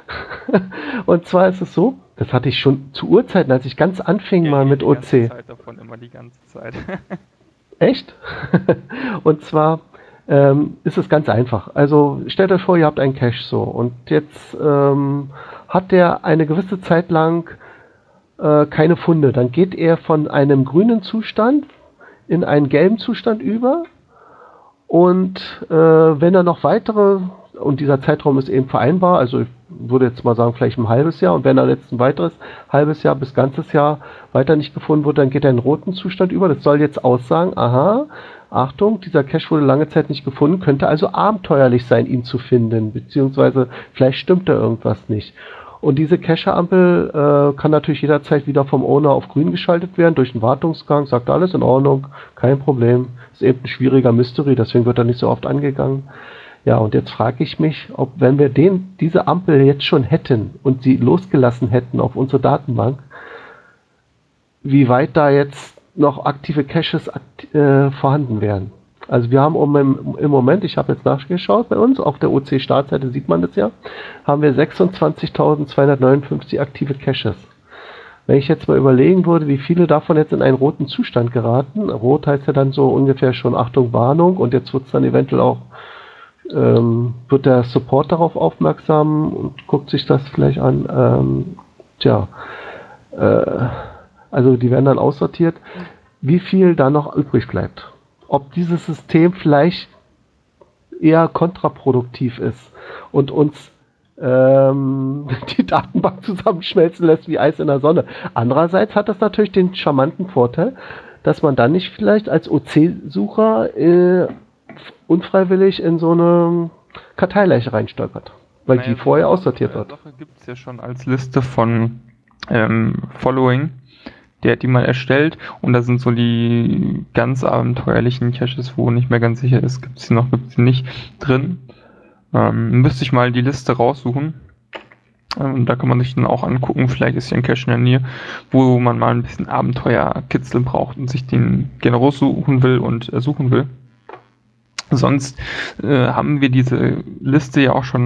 [SPEAKER 2] Und zwar ist es so, das hatte ich schon zu Urzeiten, als ich ganz anfing ja, mal mit O C.
[SPEAKER 7] Die ganze Zeit davon, immer die ganze Zeit.
[SPEAKER 2] Echt? Und zwar ähm, ist es ganz einfach. Also stellt euch vor, ihr habt einen Cache so, und jetzt ähm, hat der eine gewisse Zeit lang äh, keine Funde. Dann geht er von einem grünen Zustand in einen gelben Zustand über, und äh, wenn er noch weitere, und dieser Zeitraum ist eben vereinbar, also ich würde jetzt mal sagen, vielleicht ein halbes Jahr, und wenn er jetzt ein weiteres halbes Jahr bis ganzes Jahr weiter nicht gefunden wird, dann geht er in den roten Zustand über. Das soll jetzt aussagen, aha, Achtung, dieser Cache wurde lange Zeit nicht gefunden, könnte also abenteuerlich sein, ihn zu finden, beziehungsweise vielleicht stimmt da irgendwas nicht. Und diese Cache-Ampel äh, kann natürlich jederzeit wieder vom Owner auf grün geschaltet werden, durch einen Wartungsgang, sagt alles in Ordnung, kein Problem. Ist eben ein schwieriger Mystery, deswegen wird er nicht so oft angegangen. Ja, und jetzt frage ich mich, ob, wenn wir den, diese Ampel jetzt schon hätten und sie losgelassen hätten auf unsere Datenbank, wie weit da jetzt noch aktive Caches akt, äh, vorhanden wären. Also wir haben um, im, im Moment, ich habe jetzt nachgeschaut bei uns, auf der O C-Startseite sieht man das ja, haben wir sechsundzwanzigtausendzweihundertneunundfünfzig aktive Caches. Wenn ich jetzt mal überlegen würde, wie viele davon jetzt in einen roten Zustand geraten, rot heißt ja dann so ungefähr schon Achtung, Warnung, und jetzt wird es dann eventuell auch, ähm, wird der Support darauf aufmerksam und guckt sich das vielleicht an, ähm, tja, äh, also die werden dann aussortiert, wie viel da noch übrig bleibt. Ob dieses System vielleicht eher kontraproduktiv ist und uns ähm, die Datenbank zusammenschmelzen lässt wie Eis in der Sonne. Andererseits hat das natürlich den charmanten Vorteil, dass man dann nicht vielleicht als O C-Sucher äh, unfreiwillig in so eine Karteileiche reinstolpert, weil naja, die vorher so aussortiert wird.
[SPEAKER 7] Sache gibt es ja schon als Liste von ähm, Following, der, die man erstellt, und da sind so die ganz abenteuerlichen Caches, wo nicht mehr ganz sicher ist, gibt es sie noch, gibt es sie nicht, drin. Ähm, müsste ich mal die Liste raussuchen. Ähm, da kann man sich dann auch angucken, vielleicht ist hier ein Cache in der Nähe, wo man mal ein bisschen Abenteuerkitzel braucht und sich den gerne raussuchen will und äh, suchen will. Sonst äh, haben wir diese Liste ja auch schon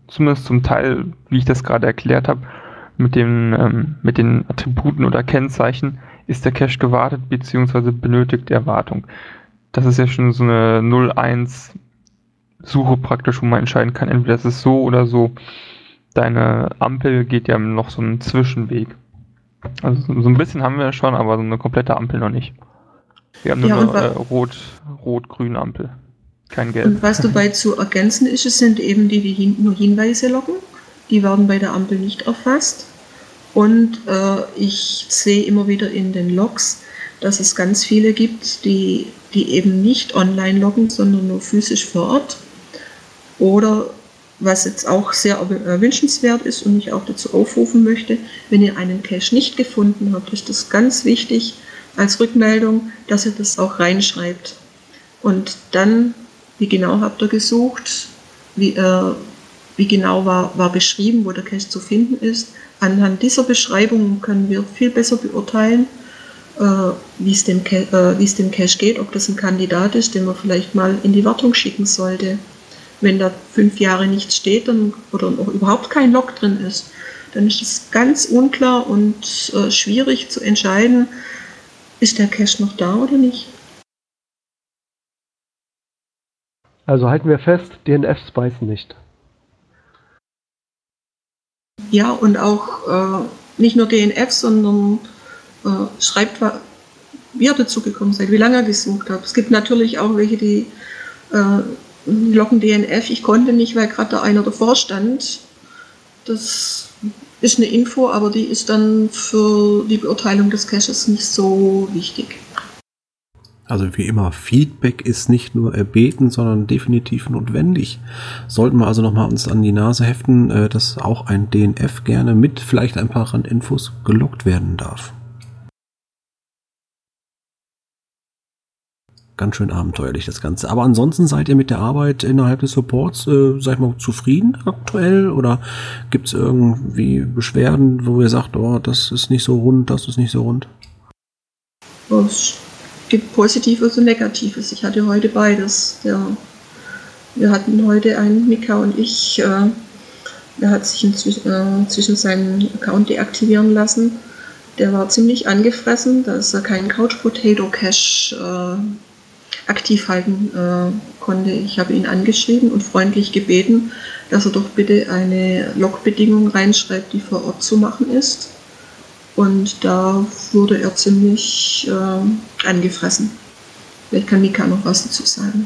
[SPEAKER 7] zumindest zum Teil, wie ich das gerade erklärt habe, mit den, ähm, mit den Attributen oder Kennzeichen, ist der Cache gewartet bzw. benötigt er Wartung. Das ist ja schon so eine null eins Suche praktisch, wo man entscheiden kann, entweder es ist so oder so. Deine Ampel geht ja noch so einen Zwischenweg. Also so ein bisschen haben wir schon, aber so eine komplette Ampel noch nicht. Wir haben nur
[SPEAKER 3] Ja,
[SPEAKER 7] eine
[SPEAKER 3] und wa-
[SPEAKER 7] äh, rot, rot-grün Ampel. Kein Gelb.
[SPEAKER 3] Und was dabei zu ergänzen ist, es sind eben die, die hin, nur Hinweise locken. Die werden bei der Ampel nicht erfasst. Und äh, ich sehe immer wieder in den Logs, dass es ganz viele gibt, die, die eben nicht online loggen, sondern nur physisch vor Ort. Oder was jetzt auch sehr äh, wünschenswert ist und ich auch dazu aufrufen möchte, wenn ihr einen Cache nicht gefunden habt, ist das ganz wichtig als Rückmeldung, dass ihr das auch reinschreibt. Und dann, wie genau habt ihr gesucht, wie, äh, wie genau war, war beschrieben, wo der Cache zu finden ist. Anhand dieser Beschreibung können wir viel besser beurteilen, äh, wie es dem, Ca- äh, wie es dem Cache geht, ob das ein Kandidat ist, den man vielleicht mal in die Wartung schicken sollte. Wenn da fünf Jahre nichts steht dann, oder noch überhaupt kein Log drin ist, dann ist es ganz unklar und äh, schwierig zu entscheiden, ist der Cache noch da oder nicht.
[SPEAKER 2] Also halten wir fest, D N Fs beißen nicht.
[SPEAKER 3] Ja, und auch äh, nicht nur D N F, sondern äh, schreibt, wa- wie ihr dazu gekommen seid, wie lange ihr gesucht habt. Es gibt natürlich auch welche, die äh, loggen D N F, ich konnte nicht, weil gerade da einer davor stand. Das ist eine Info, aber die ist dann für die Beurteilung des Caches nicht so wichtig.
[SPEAKER 1] Also wie immer, Feedback ist nicht nur erbeten, sondern definitiv notwendig. Sollten wir also nochmal uns an die Nase heften, äh, dass auch ein D N F gerne mit vielleicht ein paar Randinfos gelockt werden darf. Ganz schön abenteuerlich das Ganze. Aber ansonsten seid ihr mit der Arbeit innerhalb des Supports, äh, sag ich mal, zufrieden aktuell? Oder gibt es irgendwie Beschwerden, wo ihr sagt, oh, das ist nicht so rund, das ist nicht so rund?
[SPEAKER 3] Es gibt Positives und Negatives. Ich hatte heute beides. Der, wir hatten heute einen, Mika und ich, äh, der hat sich inzwischen, äh, zwischen seinen Account deaktivieren lassen. Der war ziemlich angefressen, dass er keinen Couch Potato Cache äh, aktiv halten äh, konnte. Ich habe ihn angeschrieben und freundlich gebeten, dass er doch bitte eine Logbedingung reinschreibt, die vor Ort zu machen ist. Und da wurde er ziemlich äh, angefressen. Vielleicht kann Mika noch was dazu sagen.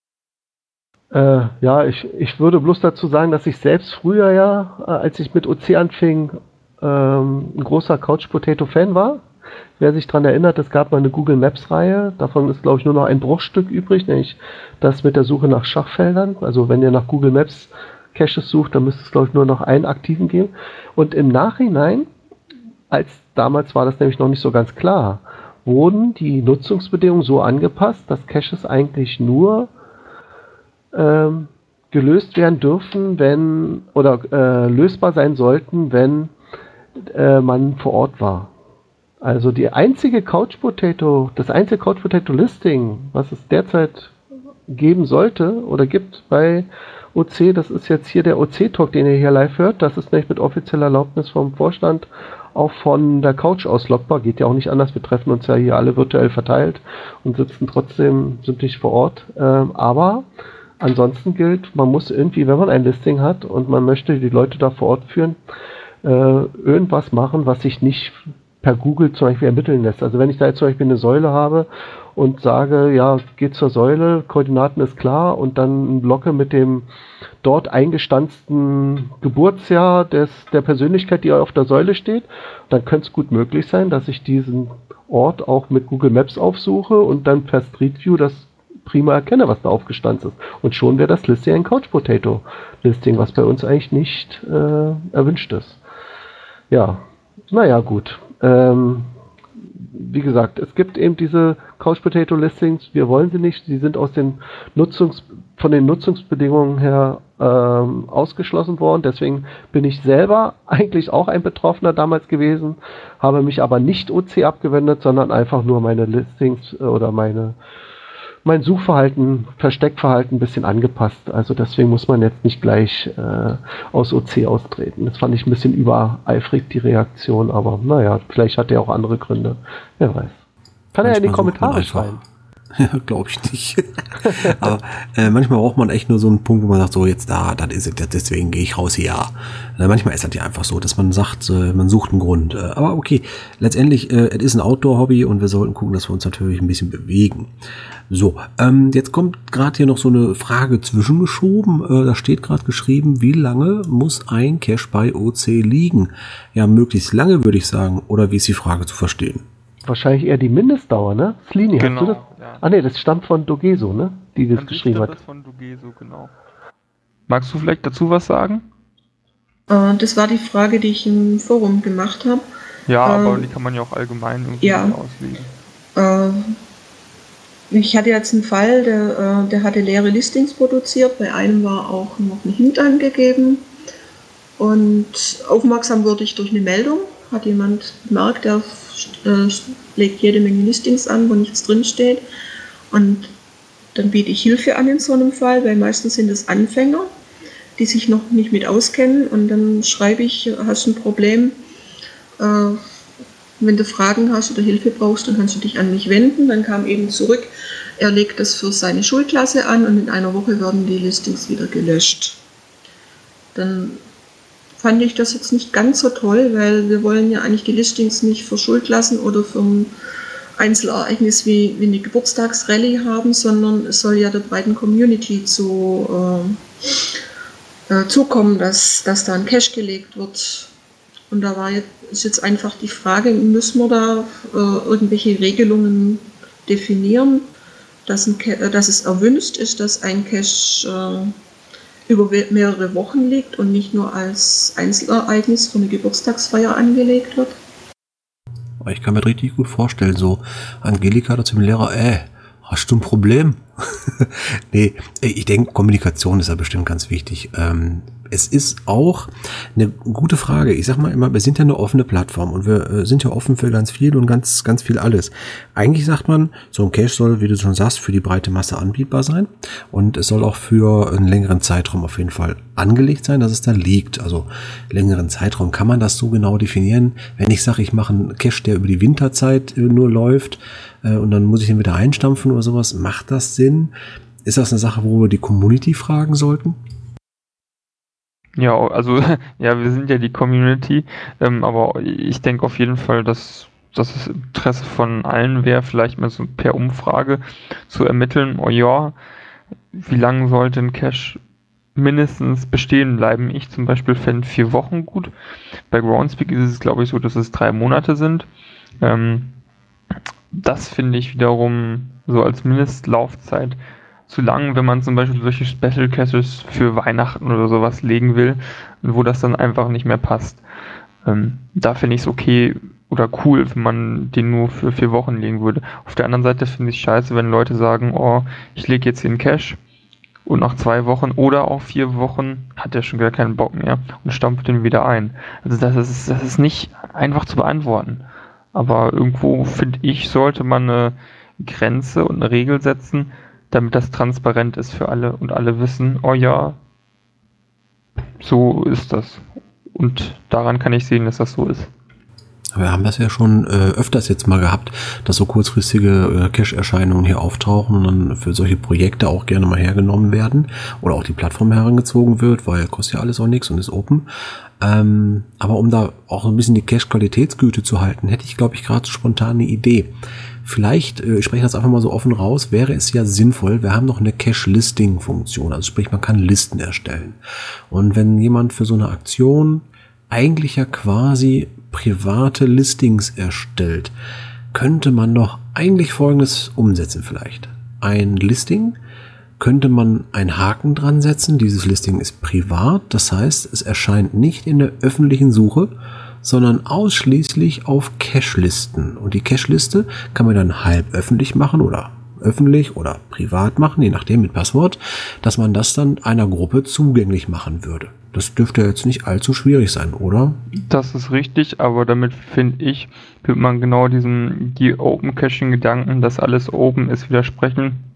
[SPEAKER 2] Äh, ja, ich, ich würde bloß dazu sagen, dass ich selbst früher ja, äh, als ich mit O C anfing, ähm, ein großer Couch Potato Fan war. Wer sich daran erinnert, es gab mal eine Google Maps Reihe, davon ist glaube ich nur noch ein Bruchstück übrig, nämlich das mit der Suche nach Schachfeldern. Also wenn ihr nach Google Maps Caches sucht, dann müsste es glaube ich nur noch einen aktiven geben. Und im Nachhinein, als damals war das nämlich noch nicht so ganz klar, wurden die Nutzungsbedingungen so angepasst, dass Caches eigentlich nur ähm, gelöst werden dürfen, wenn oder äh, lösbar sein sollten, wenn äh, man vor Ort war. Also die einzige Couch Potato, das einzige Couch Potato Listing, was es derzeit geben sollte oder gibt bei O C, das ist jetzt hier der O C-Talk, den ihr hier live hört. Das ist nämlich mit offizieller Erlaubnis vom Vorstand auch von der Couch aus lockbar. Geht ja auch nicht anders. Wir treffen uns ja hier alle virtuell verteilt und sitzen trotzdem, sind nicht vor Ort. Ähm, aber ansonsten gilt, man muss irgendwie, wenn man ein Listing hat und man möchte die Leute da vor Ort führen, äh, irgendwas machen, was sich nicht per Google zum Beispiel ermitteln lässt. Also wenn ich da jetzt zum Beispiel eine Säule habe und sage, ja, geht zur Säule, Koordinaten ist klar und dann blocke mit dem dort eingestanzten Geburtsjahr des, der Persönlichkeit, die auf der Säule steht, dann könnte es gut möglich sein, dass ich diesen Ort auch mit Google Maps aufsuche und dann per Street View das prima erkenne, was da aufgestanzt ist. Und schon wäre das Listing ein Couch Potato Listing, was bei uns eigentlich nicht äh, erwünscht ist. Ja, naja, gut. Ähm, wie gesagt, es gibt eben diese Couch Potato Listings, wir wollen sie nicht, sie sind aus den Nutzungs von den Nutzungsbedingungen her ähm, ausgeschlossen worden, deswegen bin ich selber eigentlich auch ein Betroffener damals gewesen, habe mich aber nicht O C abgewendet, sondern einfach nur meine Listings oder meine mein Suchverhalten, Versteckverhalten ein bisschen angepasst. Also deswegen muss man jetzt nicht gleich äh, aus O C austreten. Das fand ich ein bisschen übereifrig, die Reaktion, aber naja, vielleicht hat er auch andere Gründe. Wer weiß. Kann er ja in die Kommentare schreiben.
[SPEAKER 1] Ja, glaube ich nicht. Aber äh, manchmal braucht man echt nur so einen Punkt, wo man sagt, so jetzt da, das ist es, deswegen gehe ich raus, ja. Äh, manchmal ist das ja einfach so, dass man sagt, äh, man sucht einen Grund. Äh, aber okay, letztendlich, äh, es ist ein Outdoor-Hobby und wir sollten gucken, dass wir uns natürlich ein bisschen bewegen. So, ähm, jetzt kommt gerade hier noch so eine Frage zwischengeschoben. Äh, da steht gerade geschrieben, wie lange muss ein Cache bei O C liegen? Ja, möglichst lange, würde ich sagen. Oder wie ist die Frage zu verstehen?
[SPEAKER 2] Wahrscheinlich eher die Mindestdauer, ne? Slini,
[SPEAKER 7] Genau,
[SPEAKER 2] hast du das?
[SPEAKER 7] ja.
[SPEAKER 2] Ah ne, das stammt von Dogeso, ne? Die das
[SPEAKER 7] An sich
[SPEAKER 2] geschrieben
[SPEAKER 7] stammt
[SPEAKER 2] hat.
[SPEAKER 7] das von Dogeso, genau. Magst du vielleicht dazu was sagen?
[SPEAKER 3] Äh, das war die Frage, die ich im Forum gemacht habe.
[SPEAKER 7] Ja,
[SPEAKER 3] Ähm,
[SPEAKER 7] aber die kann man ja auch allgemein irgendwie
[SPEAKER 3] ja.
[SPEAKER 7] auslegen.
[SPEAKER 3] Äh, ich hatte jetzt einen Fall, der, äh, der hatte leere Listings produziert. Bei einem war auch noch ein Hint angegeben. Und aufmerksam wurde ich durch eine Meldung. Hat jemand gemerkt, der äh, legt jede Menge Listings an, wo nichts drin steht. Und dann biete ich Hilfe an in so einem Fall, weil meistens sind es Anfänger, die sich noch nicht mit auskennen. Und dann schreibe ich, hast du ein Problem, äh, wenn du Fragen hast oder Hilfe brauchst, dann kannst du dich an mich wenden. Dann kam eben zurück, er legt das für seine Schulklasse an und in einer Woche werden die Listings wieder gelöscht. Dann fand ich das jetzt nicht ganz so toll, weil wir wollen ja eigentlich die Listings nicht für Schulklassen oder für ein Einzelereignis wie, wie eine Geburtstagsrallye haben, sondern es soll ja der breiten Community zu, äh, äh, zukommen, dass, dass da ein Cache gelegt wird. Und da war jetzt, ist jetzt einfach die Frage, müssen wir da äh, irgendwelche Regelungen definieren, dass, ein, dass es erwünscht ist, dass ein Cache äh, über mehrere Wochen liegt und nicht nur als Einzelereignis für eine Geburtstagsfeier angelegt wird.
[SPEAKER 1] Ich kann mir richtig gut vorstellen, so Angelika da zum Lehrer, äh, hast du ein Problem? Nee, ich denke, Kommunikation ist ja bestimmt ganz wichtig. Ähm, es ist auch eine gute Frage. Ich sag mal immer, wir sind ja eine offene Plattform und wir äh, sind ja offen für ganz viel und ganz, ganz viel alles. Eigentlich sagt man, so ein Cache soll, wie du schon sagst, für die breite Masse anbietbar sein und es soll auch für einen längeren Zeitraum auf jeden Fall angelegt sein, dass es da liegt. Also längeren Zeitraum kann man das so genau definieren. Wenn ich sage, ich mache einen Cache, der über die Winterzeit äh, nur läuft äh, und dann muss ich ihn wieder einstampfen oder sowas, macht das Sinn? Ist das eine Sache, wo wir die Community fragen sollten?
[SPEAKER 7] Ja, also, ja, wir sind ja die Community, ähm, aber ich denke auf jeden Fall, dass, dass das Interesse von allen wäre, vielleicht mal so per Umfrage zu ermitteln, oh ja, wie lange sollte ein Cache mindestens bestehen bleiben? Ich zum Beispiel fände vier Wochen gut. Bei Groundspeak ist es, glaube ich, so, dass es drei Monate sind. Ähm, das finde ich wiederum so als Mindestlaufzeit zu lang, wenn man zum Beispiel solche Special Caches für Weihnachten oder sowas legen will, wo das dann einfach nicht mehr passt. Ähm, da finde ich es okay oder cool, wenn man den nur für vier Wochen legen würde. Auf der anderen Seite finde ich es scheiße, wenn Leute sagen, oh, ich lege jetzt hier einen Cache und nach zwei Wochen oder auch vier Wochen hat er schon gar keinen Bock mehr und stampft den wieder ein. Also das ist, das ist nicht einfach zu beantworten. Aber irgendwo, finde ich, sollte man eine Grenze und eine Regel setzen, damit das transparent ist für alle und alle wissen, oh ja, so ist das. Und daran kann ich sehen, dass das so ist.
[SPEAKER 1] Wir haben das ja schon äh, öfters jetzt mal gehabt, dass so kurzfristige äh, Cache-Erscheinungen hier auftauchen und dann für solche Projekte auch gerne mal hergenommen werden oder auch die Plattform herangezogen wird, weil kostet ja alles auch nichts und ist open. Ähm, aber um da auch so ein bisschen die Cache-Qualitätsgüte zu halten, hätte ich, glaube ich, gerade spontan eine Idee. Vielleicht, äh, ich spreche das einfach mal so offen raus, wäre es ja sinnvoll, wir haben noch eine Cache-Listing-Funktion, also sprich, man kann Listen erstellen. Und wenn jemand für so eine Aktion eigentlich ja quasi private Listings erstellt, könnte man doch eigentlich Folgendes umsetzen vielleicht. Ein Listing könnte man einen Haken dran setzen, dieses Listing ist privat, das heißt, es erscheint nicht in der öffentlichen Suche, sondern ausschließlich auf Cache-Listen. Und die Cache-Liste kann man dann halb öffentlich machen oder öffentlich oder privat machen, je nachdem mit Passwort, dass man das dann einer Gruppe zugänglich machen würde. Das dürfte jetzt nicht allzu schwierig sein, oder?
[SPEAKER 7] Das ist richtig, aber damit, finde ich, wird man genau diesem die Open-Caching-Gedanken, dass alles open ist, widersprechen.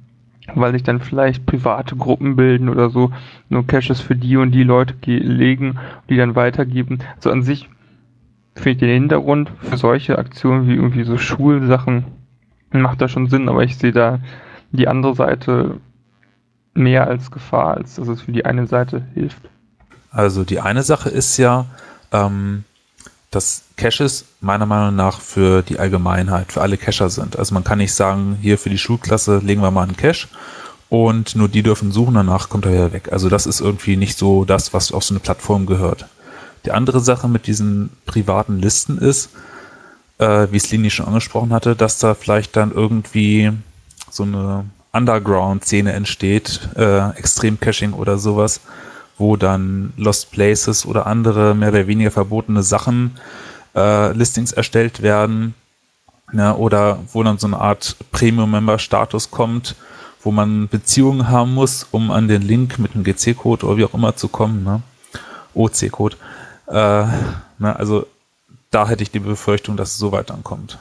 [SPEAKER 7] weil sich dann vielleicht private Gruppen bilden oder so, nur Caches für die und die Leute ge- legen, die dann weitergeben. Also an sich finde ich den Hintergrund für solche Aktionen wie irgendwie so Schulsachen macht da schon Sinn, aber ich sehe da die andere Seite mehr als Gefahr, als dass es für die eine Seite hilft.
[SPEAKER 6] Also die eine Sache ist ja, ähm, dass Caches meiner Meinung nach für die Allgemeinheit, für alle Cacher sind. Also man kann nicht sagen, hier für die Schulklasse legen wir mal einen Cache und nur die dürfen suchen, danach kommt er wieder weg. Also das ist irgendwie nicht so das, was auf so eine Plattform gehört. Die andere Sache mit diesen privaten Listen ist, äh, wie es Lini schon angesprochen hatte, dass da vielleicht dann irgendwie so eine Underground-Szene entsteht, äh, Extrem-Caching oder sowas, wo dann Lost Places oder andere mehr oder weniger verbotene Sachen, äh, Listings erstellt werden, ja, oder wo dann so eine Art Premium-Member-Status kommt, wo man Beziehungen haben muss, um an den Link mit einem G C-Code oder wie auch immer zu kommen, ne? O C-Code. Äh, na, also da hätte ich die Befürchtung, dass es so weit ankommt.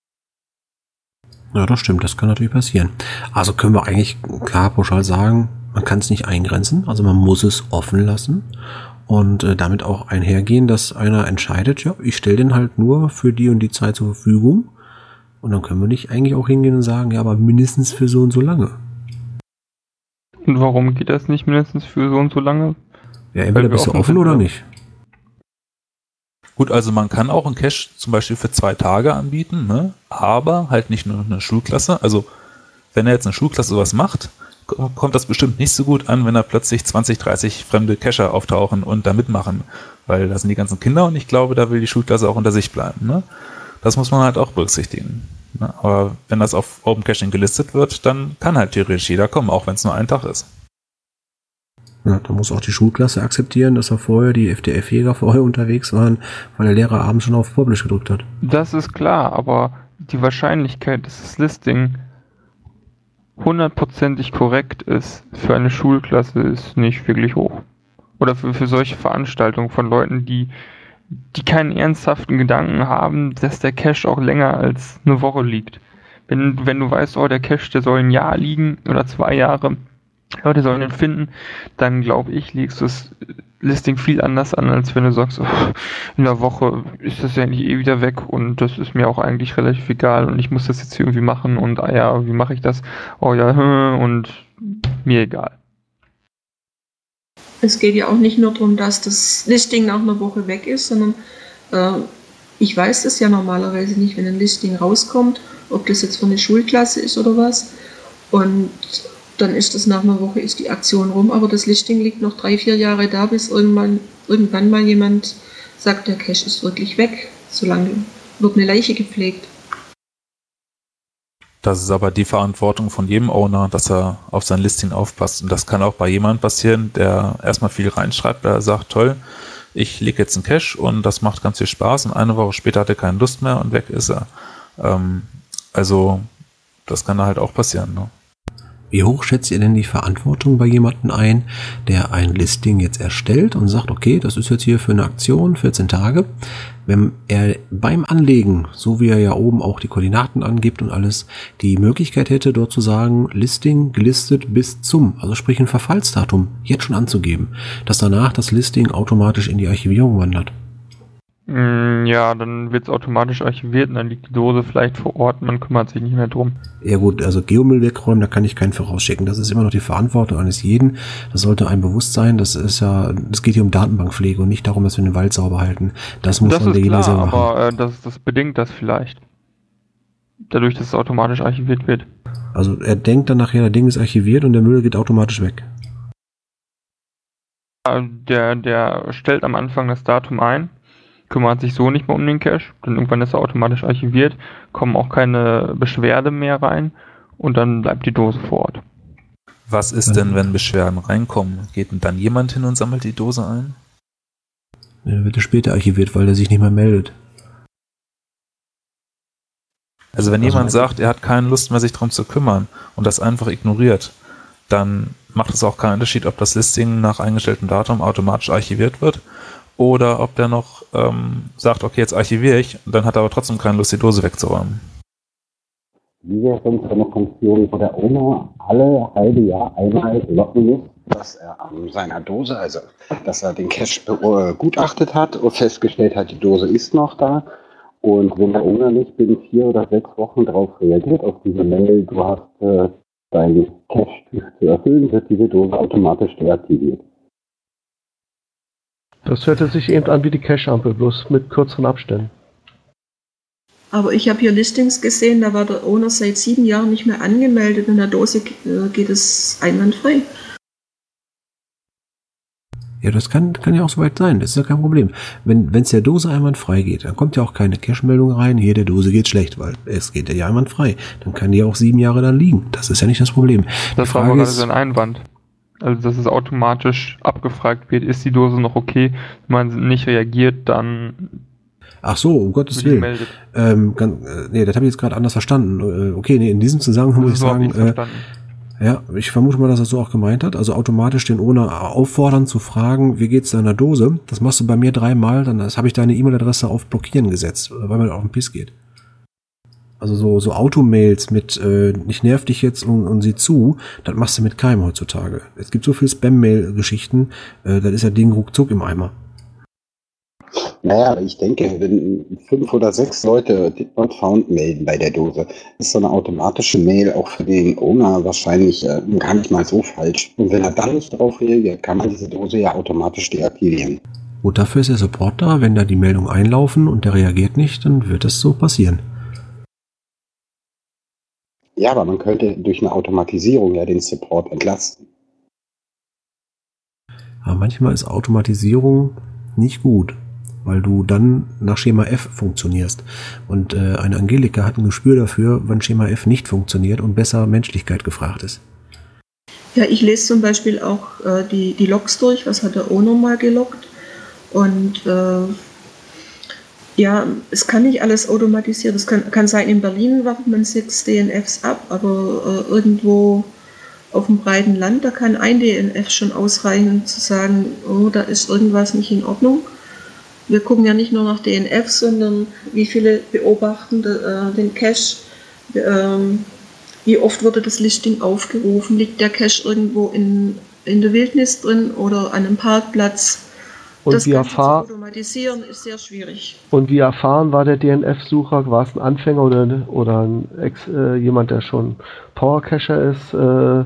[SPEAKER 1] Ja, das stimmt, das kann natürlich passieren. Also können wir eigentlich klar pauschal sagen, man kann es nicht eingrenzen, also man muss es offen lassen und äh, damit auch einhergehen, dass einer entscheidet, ja, ich stelle den halt nur für die und die Zeit zur Verfügung und dann können wir nicht eigentlich auch hingehen und sagen, ja, aber mindestens für so und so lange.
[SPEAKER 7] Und warum geht das nicht mindestens für so und so lange?
[SPEAKER 1] Ja, entweder bist du offen oder nicht.
[SPEAKER 6] Gut, also man kann auch einen Cache zum Beispiel für zwei Tage anbieten, ne? Aber halt nicht nur eine Schulklasse. Also wenn er jetzt eine Schulklasse sowas macht, kommt das bestimmt nicht so gut an, wenn da plötzlich zwanzig, dreißig fremde Cacher auftauchen und da mitmachen, weil da sind die ganzen Kinder und ich glaube, da will die Schulklasse auch unter sich bleiben. Ne? Das muss man halt auch berücksichtigen. Ne? Aber wenn das auf Open Caching gelistet wird, dann kann halt theoretisch jeder kommen, auch wenn es nur ein Tag ist.
[SPEAKER 1] Ja, da muss auch die Schulklasse akzeptieren, dass er vorher die F D F-Jäger vorher unterwegs waren, weil der Lehrer abends schon auf Publish gedrückt hat.
[SPEAKER 7] Das ist klar, aber die Wahrscheinlichkeit, dass das Listing hundertprozentig korrekt ist für eine Schulklasse, ist nicht wirklich hoch. Oder für, für solche Veranstaltungen von Leuten, die, die keinen ernsthaften Gedanken haben, dass der Cache auch länger als eine Woche liegt. Wenn, wenn du weißt, oh, der Cache, der soll ein Jahr liegen oder zwei Jahre, Leute sollen ihn finden, dann glaube ich, legst du das Listing viel anders an, als wenn du sagst, oh, in einer Woche ist das ja eigentlich eh wieder weg und das ist mir auch eigentlich relativ egal und ich muss das jetzt irgendwie machen und ah ja, wie mache ich das? Oh ja, und mir egal.
[SPEAKER 3] Es geht ja auch nicht nur darum, dass das Listing nach einer Woche weg ist, sondern äh, ich weiß das ja normalerweise nicht, wenn ein Listing rauskommt, ob das jetzt für eine Schulklasse ist oder was. Und dann ist das nach einer Woche ist die Aktion rum, aber das Listing liegt noch drei, vier Jahre da, bis irgendwann, irgendwann mal jemand sagt, der Cache ist wirklich weg. Solange wird eine Leiche gepflegt.
[SPEAKER 6] Das ist aber die Verantwortung von jedem Owner, dass er auf sein Listing aufpasst. Und das kann auch bei jemandem passieren, der erstmal viel reinschreibt, der sagt, toll, ich lege jetzt einen Cache und das macht ganz viel Spaß und eine Woche später hat er keine Lust mehr und weg ist er. Ähm, also das kann da halt auch passieren, ne?
[SPEAKER 1] Wie hoch schätzt ihr denn die Verantwortung bei jemandem ein, der ein Listing jetzt erstellt und sagt, okay, das ist jetzt hier für eine Aktion, vierzehn Tage. Wenn er beim Anlegen, so wie er ja oben auch die Koordinaten angibt und alles, die Möglichkeit hätte, dort zu sagen, Listing gelistet bis zum, also sprich ein Verfallsdatum, jetzt schon anzugeben, dass danach das Listing automatisch in die Archivierung wandert.
[SPEAKER 7] Ja, dann wird es automatisch archiviert und dann liegt die Dose vielleicht vor Ort und man kümmert sich nicht mehr drum.
[SPEAKER 1] Ja gut, also Geomüll wegräumen, da kann ich keinen vorausschicken. Das ist immer noch die Verantwortung eines jeden. Das sollte einem bewusst sein. Das ist ja, es geht hier um Datenbankpflege und nicht darum, dass wir den Wald sauber halten. Das muss
[SPEAKER 7] das
[SPEAKER 1] schon der jeder selber machen.
[SPEAKER 7] Aber äh, das, das bedingt das vielleicht. Dadurch, dass es automatisch archiviert wird.
[SPEAKER 1] Also er denkt dann nachher, der Ding ist archiviert und der Müll geht automatisch weg.
[SPEAKER 7] Der, der stellt am Anfang das Datum ein, kümmert sich so nicht mehr um den Cache, dann irgendwann ist er automatisch archiviert, kommen auch keine Beschwerde mehr rein und dann bleibt die Dose vor Ort.
[SPEAKER 6] Was ist denn, wenn Beschwerden reinkommen? Geht denn dann jemand hin und sammelt die Dose ein?
[SPEAKER 1] Dann wird er später archiviert, weil er sich nicht mehr meldet.
[SPEAKER 6] Also wenn also jemand sagt, er hat keine Lust mehr, sich darum zu kümmern und das einfach ignoriert, dann macht es auch keinen Unterschied, ob das Listing nach eingestelltem Datum automatisch archiviert wird oder ob der noch ähm, sagt, okay, jetzt archiviere ich, und dann hat er aber trotzdem keine Lust, die Dose wegzuräumen.
[SPEAKER 8] Wie wäre sonst eine Funktion, wo der Owner alle halbe Jahr einmal locken muss, dass er an seiner Dose, also dass er den Cache begutachtet hat und festgestellt hat, die Dose ist noch da. Und wenn der Owner nicht binnen vier oder sechs Wochen darauf reagiert, auf diese Mail, du hast äh, deinen Cache zu erfüllen, wird diese Dose automatisch deaktiviert.
[SPEAKER 2] Das hörte sich eben an wie die Cache-Ampel, bloß mit kürzeren Abständen.
[SPEAKER 3] Aber ich habe hier Listings gesehen, da war der Owner seit sieben Jahren nicht mehr angemeldet. In der Dose äh, geht es einwandfrei.
[SPEAKER 1] Ja, das kann, kann ja auch soweit sein, das ist ja kein Problem. Wenn es der Dose einwandfrei geht, dann kommt ja auch keine Cache-Meldung rein, hier, der Dose geht schlecht, weil es geht ja einwandfrei. Dann kann die auch sieben Jahre dann liegen. Das ist ja nicht das Problem.
[SPEAKER 7] Das war aber gerade so ein Einwand. Also, dass es automatisch abgefragt wird, ist die Dose noch okay? Wenn man nicht reagiert, dann...
[SPEAKER 1] Ach so, um Gottes Willen. Ähm, ganz, äh, nee, das habe ich jetzt gerade anders verstanden. Äh, okay, nee, in diesem Zusammenhang muss ich sagen... Äh, Ja, ich vermute mal, dass er so auch gemeint hat. Also automatisch den Owner auffordern zu fragen, wie geht's deiner Dose? Das machst du bei mir dreimal, dann habe ich deine E-Mail-Adresse auf Blockieren gesetzt, weil man auf den Piss geht. Also so, so Automails mit, äh, ich nerv dich jetzt und, und sieh zu, das machst du mit keinem heutzutage. Es gibt so viel Spam-Mail-Geschichten, äh, das ist ja Ding ruckzuck im Eimer.
[SPEAKER 8] Naja, aber ich denke, wenn fünf oder sechs Leute Did Not Found melden bei der Dose, ist so eine automatische Mail auch für den Owner wahrscheinlich äh, gar nicht mal so falsch. Und wenn er dann nicht darauf reagiert, kann man diese Dose ja automatisch deaktivieren.
[SPEAKER 1] Gut, dafür ist der Support da. Wenn da die Meldungen einlaufen und der reagiert nicht, dann wird das so passieren.
[SPEAKER 8] Ja, aber man könnte durch eine Automatisierung ja den Support entlasten.
[SPEAKER 1] Aber manchmal ist Automatisierung nicht gut, weil du dann nach Schema F funktionierst. Und äh, eine Angelika hat ein Gespür dafür, wann Schema F nicht funktioniert und besser Menschlichkeit gefragt ist.
[SPEAKER 3] Ja, ich lese zum Beispiel auch äh, die, die Logs durch, was hat der Owner mal geloggt. Und äh, ja, es kann nicht alles automatisiert. Es kann, kann sein, in Berlin wartet man sechs D N Fs ab, aber äh, irgendwo auf dem breiten Land, da kann ein D N F schon ausreichen, zu sagen, oh, da ist irgendwas nicht in Ordnung. Wir gucken ja nicht nur nach D N F, sondern wie viele beobachten äh, den Cache, ähm, wie oft wurde das Listing aufgerufen, liegt der Cache irgendwo in, in der Wildnis drin oder an einem Parkplatz.
[SPEAKER 2] Und
[SPEAKER 3] das
[SPEAKER 2] wie
[SPEAKER 3] Ganze zu
[SPEAKER 2] erfahr-
[SPEAKER 3] automatisieren ist sehr schwierig.
[SPEAKER 2] Und wie erfahren war der D N F-Sucher? War es ein Anfänger oder, oder ein Ex, äh, jemand, der schon Power-Cacher ist? Äh,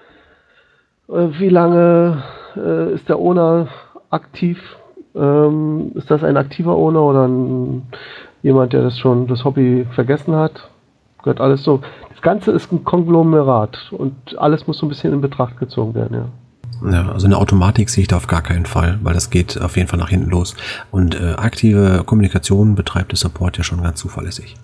[SPEAKER 2] äh, wie lange äh, ist der Owner aktiv? Ähm, ist das ein aktiver Owner oder ein, jemand, der das schon das Hobby vergessen hat? Gehört alles so. Das Ganze ist ein Konglomerat und alles muss so ein bisschen in Betracht gezogen werden, ja.
[SPEAKER 1] Ja, also eine Automatik sehe ich da auf gar keinen Fall, weil das geht auf jeden Fall nach hinten los. Und äh, aktive Kommunikation betreibt der Support ja schon ganz zuverlässig.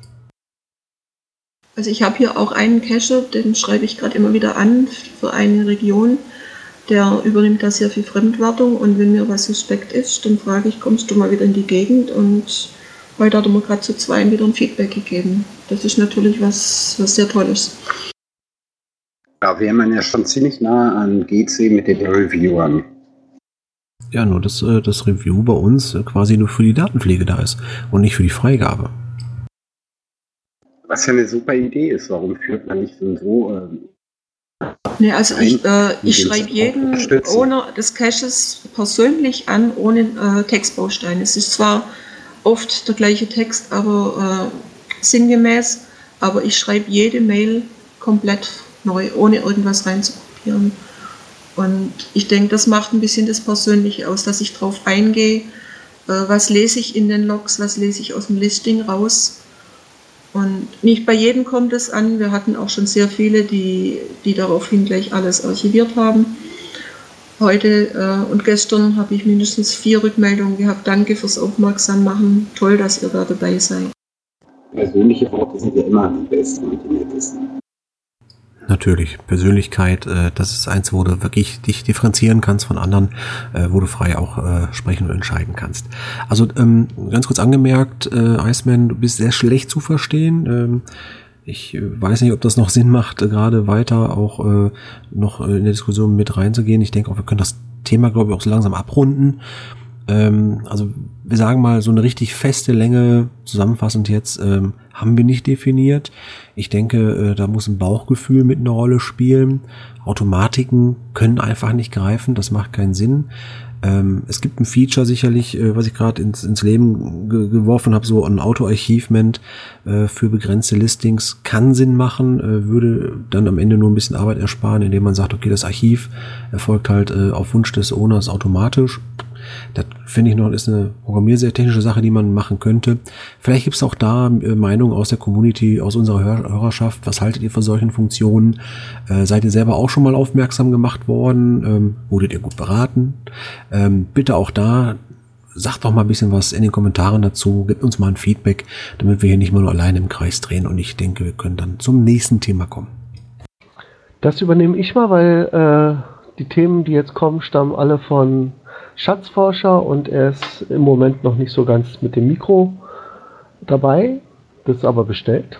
[SPEAKER 3] Also ich habe hier auch einen Cacher, den schreibe ich gerade immer wieder an für eine Region. Der übernimmt da sehr viel Fremdwartung und wenn mir was suspekt ist, dann frage ich, kommst du mal wieder in die Gegend? Und heute hat er mir gerade zu zweien wieder ein Feedback gegeben. Das ist natürlich was, was sehr Tolles.
[SPEAKER 8] Da wäre man ja schon ziemlich nah an G C mit den Reviewern.
[SPEAKER 1] Ja, nur dass äh, das Review bei uns äh, quasi nur für die Datenpflege da ist und nicht für die Freigabe.
[SPEAKER 8] Was ja eine super Idee ist, warum führt man nicht so... Äh,
[SPEAKER 3] Nee, also ich, äh, ich
[SPEAKER 8] den
[SPEAKER 3] schreibe
[SPEAKER 8] Support
[SPEAKER 3] jeden
[SPEAKER 8] unterstützen.
[SPEAKER 3] Owner des Caches persönlich an, ohne äh, Textbaustein. Es ist zwar oft der gleiche Text, aber äh, sinngemäß, aber ich schreibe jede Mail komplett neu, ohne irgendwas reinzukopieren. Und ich denke, das macht ein bisschen das Persönliche aus, dass ich drauf eingehe, äh, was lese ich in den Logs, was lese ich aus dem Listing raus. Und nicht bei jedem kommt es an. Wir hatten auch schon sehr viele, die, die daraufhin gleich alles archiviert haben. Heute äh, und gestern habe ich mindestens vier Rückmeldungen gehabt. Danke fürs Aufmerksammachen. Toll, dass ihr da dabei seid.
[SPEAKER 8] Persönliche Worte sind ja immer die besten und die nettesten.
[SPEAKER 1] Natürlich, Persönlichkeit, äh, das ist eins, wo du wirklich dich differenzieren kannst von anderen, äh, wo du frei auch äh, sprechen und entscheiden kannst. Also ähm, ganz kurz angemerkt, äh, Iceman, du bist sehr schlecht zu verstehen. Ähm, ich äh, weiß nicht, ob das noch Sinn macht, äh, gerade weiter auch äh, noch äh, in der Diskussion mit reinzugehen. Ich denke auch, wir können das Thema, glaube ich, auch so langsam abrunden. Ähm, also wir sagen mal, so eine richtig feste Länge, zusammenfassend jetzt, ähm, haben wir nicht definiert. Ich denke, äh, da muss ein Bauchgefühl mit eine Rolle spielen. Automatiken können einfach nicht greifen, das macht keinen Sinn. Ähm, es gibt ein Feature sicherlich, äh, was ich gerade ins, ins Leben ge- geworfen habe, so ein Auto-Achievement äh, für begrenzte Listings kann Sinn machen, äh, würde dann am Ende nur ein bisschen Arbeit ersparen, indem man sagt, okay, das Archiv erfolgt halt äh, auf Wunsch des Owners automatisch. Das finde ich noch, ist eine programmiertechnische technische Sache, die man machen könnte. Vielleicht gibt es auch da äh, Meinungen aus der Community, aus unserer Hör- Hörerschaft. Was haltet ihr von solchen Funktionen? Äh, seid ihr selber auch schon mal aufmerksam gemacht worden? Ähm, wurdet ihr gut beraten? Ähm, bitte auch da, sagt doch mal ein bisschen was in den Kommentaren dazu. Gebt uns mal ein Feedback, damit wir hier nicht mal nur alleine im Kreis drehen. Und ich denke, wir können dann zum nächsten Thema kommen.
[SPEAKER 2] Das übernehme ich mal, weil äh, die Themen, die jetzt kommen, stammen alle von Schatzforscher und er ist im Moment noch nicht so ganz mit dem Mikro dabei. Das ist aber bestellt.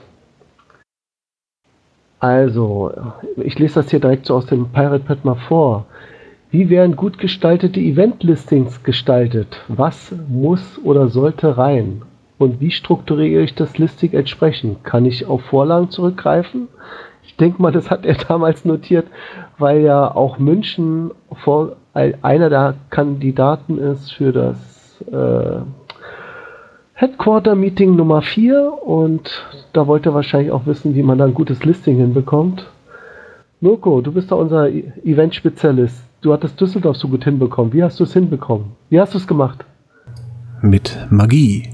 [SPEAKER 2] Also, ich lese das hier direkt so aus dem Pirate Pad mal vor. Wie werden gut gestaltete Event-Listings gestaltet? Was muss oder sollte rein? Und wie strukturiere ich das Listing entsprechend? Kann ich auf Vorlagen zurückgreifen? Ich denke mal, das hat er damals notiert, weil ja auch München vor, einer der Kandidaten ist für das äh, Headquarter-Meeting Nummer vier und da wollte er wahrscheinlich auch wissen, wie man da ein gutes Listing hinbekommt. Mirko, du bist da unser Event-Spezialist. Du hattest Düsseldorf so gut hinbekommen. Wie hast du es hinbekommen? Wie hast du es gemacht?
[SPEAKER 1] Mit Magie.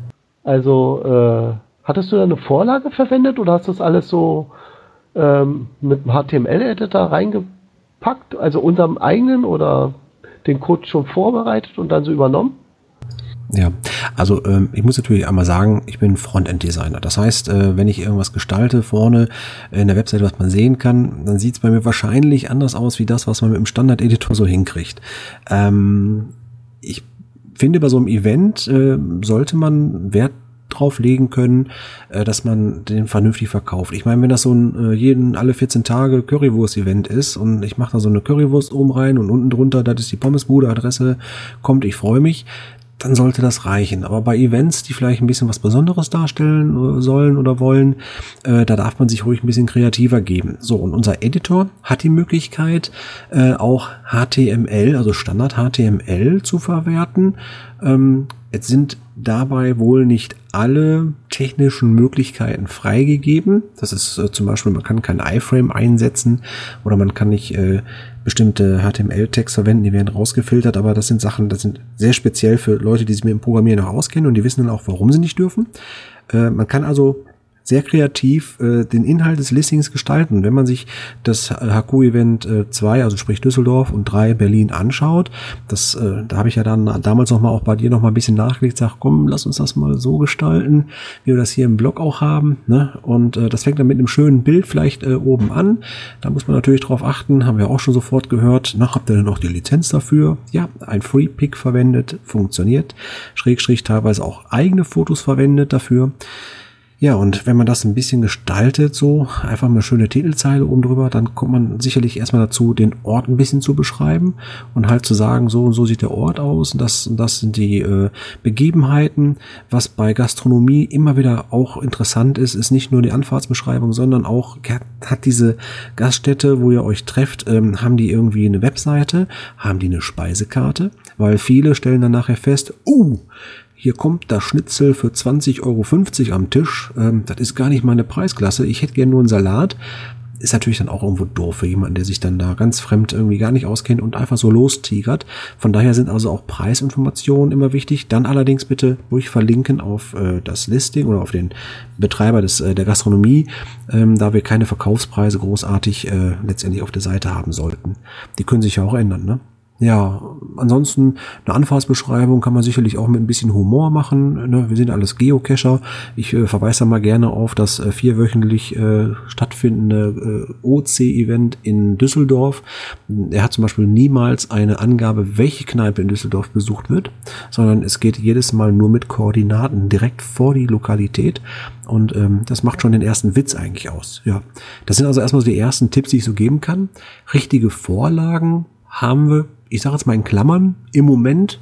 [SPEAKER 2] Also, äh, hattest du da eine Vorlage verwendet oder hast du das alles so ähm, mit einem H T M L-Editor reingepackt? Also unserem eigenen oder den Code schon vorbereitet und dann so übernommen?
[SPEAKER 1] Ja, also ähm, ich muss natürlich einmal sagen, ich bin Frontend-Designer. Das heißt, äh, wenn ich irgendwas gestalte vorne in der Webseite, was man sehen kann, dann sieht es bei mir wahrscheinlich anders aus wie das, was man mit dem Standard-Editor so hinkriegt. Ähm, ich finde, bei so einem Event äh, sollte man Wert drauf legen können, äh, dass man den vernünftig verkauft. Ich meine, wenn das so ein äh, jeden alle vierzehn Tage Currywurst-Event ist und ich mache da so eine Currywurst oben rein und unten drunter, das ist die Pommesbude, Adresse, kommt, ich freue mich, dann sollte das reichen. Aber bei Events, die vielleicht ein bisschen was Besonderes darstellen sollen oder wollen, äh, da darf man sich ruhig ein bisschen kreativer geben. So, und unser Editor hat die Möglichkeit, äh, auch H T M L, also Standard H T M L zu verwerten. Ähm, jetzt sind dabei wohl nicht alle technischen Möglichkeiten freigegeben. Das ist äh, zum Beispiel, man kann kein iframe einsetzen oder man kann nicht äh, bestimmte H T M L-Tags verwenden, die werden rausgefiltert, aber das sind Sachen, das sind sehr speziell für Leute, die sich mit dem Programmieren noch auskennen und die wissen dann auch, warum sie nicht dürfen. Äh, man kann also sehr kreativ äh, den Inhalt des Listings gestalten. Wenn man sich das H Q-Event äh, zwei, also sprich Düsseldorf und drei Berlin anschaut, das, äh, da habe ich ja dann damals noch mal auch bei dir noch mal ein bisschen nachgelegt, sag, komm, lass uns das mal so gestalten, wie wir das hier im Blog auch haben, ne? Und äh, das fängt dann mit einem schönen Bild vielleicht äh, oben an. Da muss man natürlich drauf achten, haben wir auch schon sofort gehört. Na, habt ihr denn noch die Lizenz dafür? Ja, ein Free-Pick verwendet, funktioniert. Schrägstrich teilweise auch eigene Fotos verwendet dafür. Ja, und wenn man das ein bisschen gestaltet, so einfach mal eine schöne Titelzeile oben drüber, dann kommt man sicherlich erstmal dazu, den Ort ein bisschen zu beschreiben und halt zu sagen, so und so sieht der Ort aus und das und das sind die äh, Begebenheiten. Was bei Gastronomie immer wieder auch interessant ist, ist nicht nur die Anfahrtsbeschreibung, sondern auch, hat diese Gaststätte, wo ihr euch trefft, ähm, haben die irgendwie eine Webseite, haben die eine Speisekarte, weil viele stellen dann nachher fest, uh, hier kommt das Schnitzel für zwanzig Euro fünfzig am Tisch. Ähm, das ist gar nicht meine Preisklasse. Ich hätte gerne nur einen Salat. Ist natürlich dann auch irgendwo doof für jemanden, der sich dann da ganz fremd irgendwie gar nicht auskennt und einfach so lostigert. Von daher sind also auch Preisinformationen immer wichtig. Dann allerdings bitte ruhig verlinken auf äh, das Listing oder auf den Betreiber des äh, der Gastronomie, ähm, da wir keine Verkaufspreise großartig äh, letztendlich auf der Seite haben sollten. Die können sich ja auch ändern, ne? Ja, ansonsten eine Anfahrtsbeschreibung kann man sicherlich auch mit ein bisschen Humor machen. Ne? Wir sind alles Geocacher. Ich äh, verweise da mal gerne auf das äh, vierwöchentlich äh, stattfindende äh, O C-Event in Düsseldorf. Er hat zum Beispiel niemals eine Angabe, welche Kneipe in Düsseldorf besucht wird, sondern es geht jedes Mal nur mit Koordinaten direkt vor die Lokalität. Und ähm, das macht schon den ersten Witz eigentlich aus. Ja, das sind also erstmal so die ersten Tipps, die ich so geben kann. Richtige Vorlagen haben wir, ich sage jetzt mal in Klammern, im Moment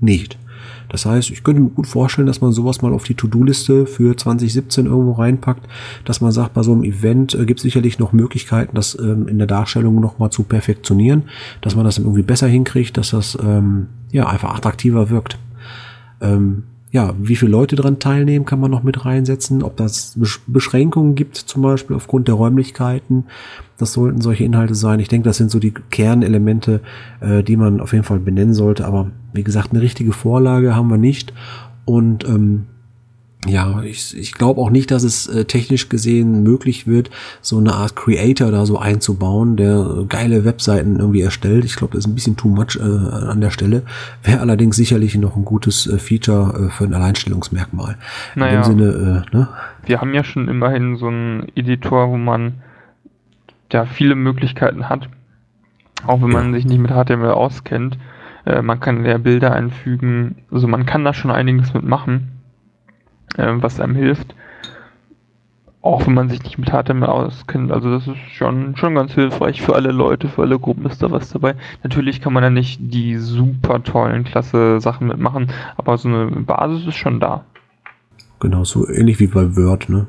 [SPEAKER 1] nicht. Das heißt, ich könnte mir gut vorstellen, dass man sowas mal auf die To-Do-Liste für zwanzig siebzehn irgendwo reinpackt, dass man sagt, bei so einem Event äh, gibt es sicherlich noch Möglichkeiten, das ähm, in der Darstellung noch mal zu perfektionieren, dass man das dann irgendwie besser hinkriegt, dass das ähm, ja einfach attraktiver wirkt. Ähm, ja, wie viele Leute dran teilnehmen, kann man noch mit reinsetzen, ob das Beschränkungen gibt, zum Beispiel aufgrund der Räumlichkeiten. Das sollten solche Inhalte sein. Ich denke, das sind so die Kernelemente, äh, die man auf jeden Fall benennen sollte. Aber wie gesagt, eine richtige Vorlage haben wir nicht. Und ähm, ja, ich, ich glaube auch nicht, dass es äh, technisch gesehen möglich wird, so eine Art Creator da so einzubauen, der geile Webseiten irgendwie erstellt. Ich glaube, das ist ein bisschen too much äh, an der Stelle. Wäre allerdings sicherlich noch ein gutes äh, Feature äh, für ein Alleinstellungsmerkmal.
[SPEAKER 7] Naja,
[SPEAKER 1] in dem Sinne, äh, ne?
[SPEAKER 7] Wir haben ja schon immerhin so einen Editor, wo man ja viele Möglichkeiten hat, auch wenn
[SPEAKER 1] Ja.
[SPEAKER 7] man sich nicht mit H T M L auskennt. Äh, man kann ja Bilder einfügen, also man kann da schon einiges mitmachen, äh, was einem hilft, auch wenn man sich nicht mit H T M L auskennt. Also das ist schon schon ganz hilfreich für alle Leute, für alle Gruppen ist da was dabei. Natürlich kann man da nicht die super tollen, klasse Sachen mitmachen, aber so eine Basis ist schon da.
[SPEAKER 1] Genau, so ähnlich wie bei Word, ne?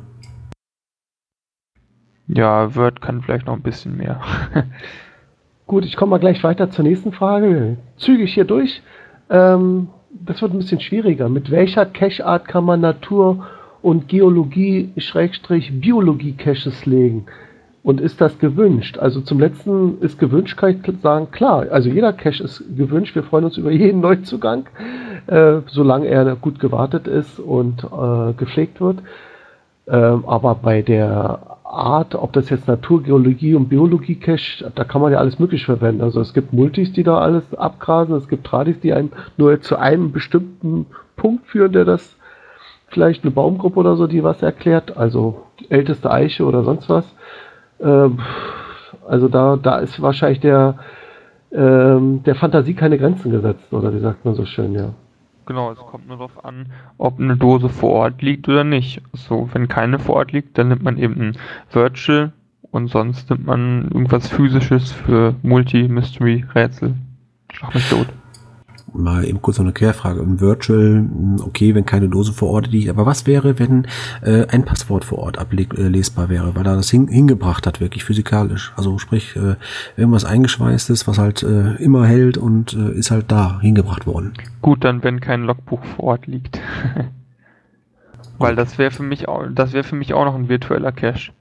[SPEAKER 7] Ja, Word kann vielleicht noch ein bisschen mehr.
[SPEAKER 2] Gut, ich komme mal gleich weiter zur nächsten Frage. Zügig hier durch. Ähm, das wird ein bisschen schwieriger. Mit welcher Cache-Art kann man Natur- und Geologie-Biologie-Caches legen? Und ist das gewünscht? Also zum letzten ist gewünscht, kann ich sagen, klar. Also jeder Cache ist gewünscht. Wir freuen uns über jeden Neuzugang, äh, solange er gut gewartet ist und äh, gepflegt wird. Ähm, aber bei der Art, ob das jetzt Naturgeologie und Biologie Cache, da kann man ja alles Mögliche verwenden. Also es gibt Multis, die da alles abgrasen, es gibt Tradis, die einen nur zu einem bestimmten Punkt führen, der das vielleicht eine Baumgruppe oder so, die was erklärt, also älteste Eiche oder sonst was. Ähm, also da, da ist wahrscheinlich der, ähm, der Fantasie keine Grenzen gesetzt, oder wie sagt man so schön, ja.
[SPEAKER 7] Genau, es kommt nur darauf an, ob eine Dose vor Ort liegt oder nicht. So, wenn keine vor Ort liegt, dann nimmt man eben ein Virtual und sonst nimmt man irgendwas Physisches für Multi-Mystery-Rätsel. Schlag mich tot.
[SPEAKER 1] Mal eben kurz noch eine Querfrage. Im Virtual, okay, wenn keine Dose vor Ort liegt, aber was wäre, wenn äh, ein Passwort vor Ort ablesbar wäre, weil er das hin, hingebracht hat, wirklich physikalisch? Also sprich, äh, irgendwas eingeschweißtes, was halt äh, immer hält und äh, ist halt da hingebracht worden.
[SPEAKER 7] Gut, dann wenn kein Logbuch vor Ort liegt. Weil das wäre für mich auch, das wäre für mich auch noch ein virtueller Cache.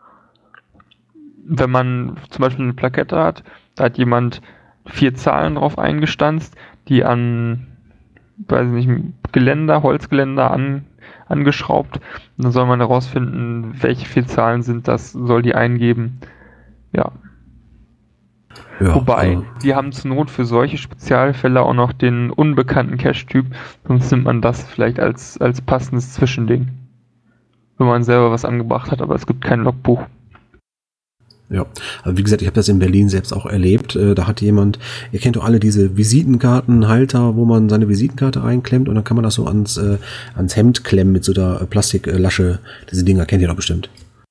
[SPEAKER 7] Wenn man zum Beispiel eine Plakette hat, da hat jemand vier Zahlen drauf eingestanzt, die an, weiß nicht, Geländer, Holzgeländer an, angeschraubt. Und dann soll man herausfinden, welche vier Zahlen sind das, soll die eingeben. Ja.
[SPEAKER 1] Ja,
[SPEAKER 7] Wobei,
[SPEAKER 1] also,
[SPEAKER 7] die haben zur Not für solche Spezialfälle auch noch den unbekannten Cache-Typ, sonst nimmt man das vielleicht als, als passendes Zwischending. Wenn man selber was angebracht hat, aber es gibt kein Logbuch.
[SPEAKER 1] ja, also wie gesagt, ich habe das in Berlin selbst auch erlebt. Äh, da hat jemand, ihr kennt doch alle diese Visitenkartenhalter, wo man seine Visitenkarte reinklemmt und dann kann man das so ans, äh, ans Hemd klemmen mit so einer äh, Plastiklasche. Diese Dinger kennt ihr doch bestimmt.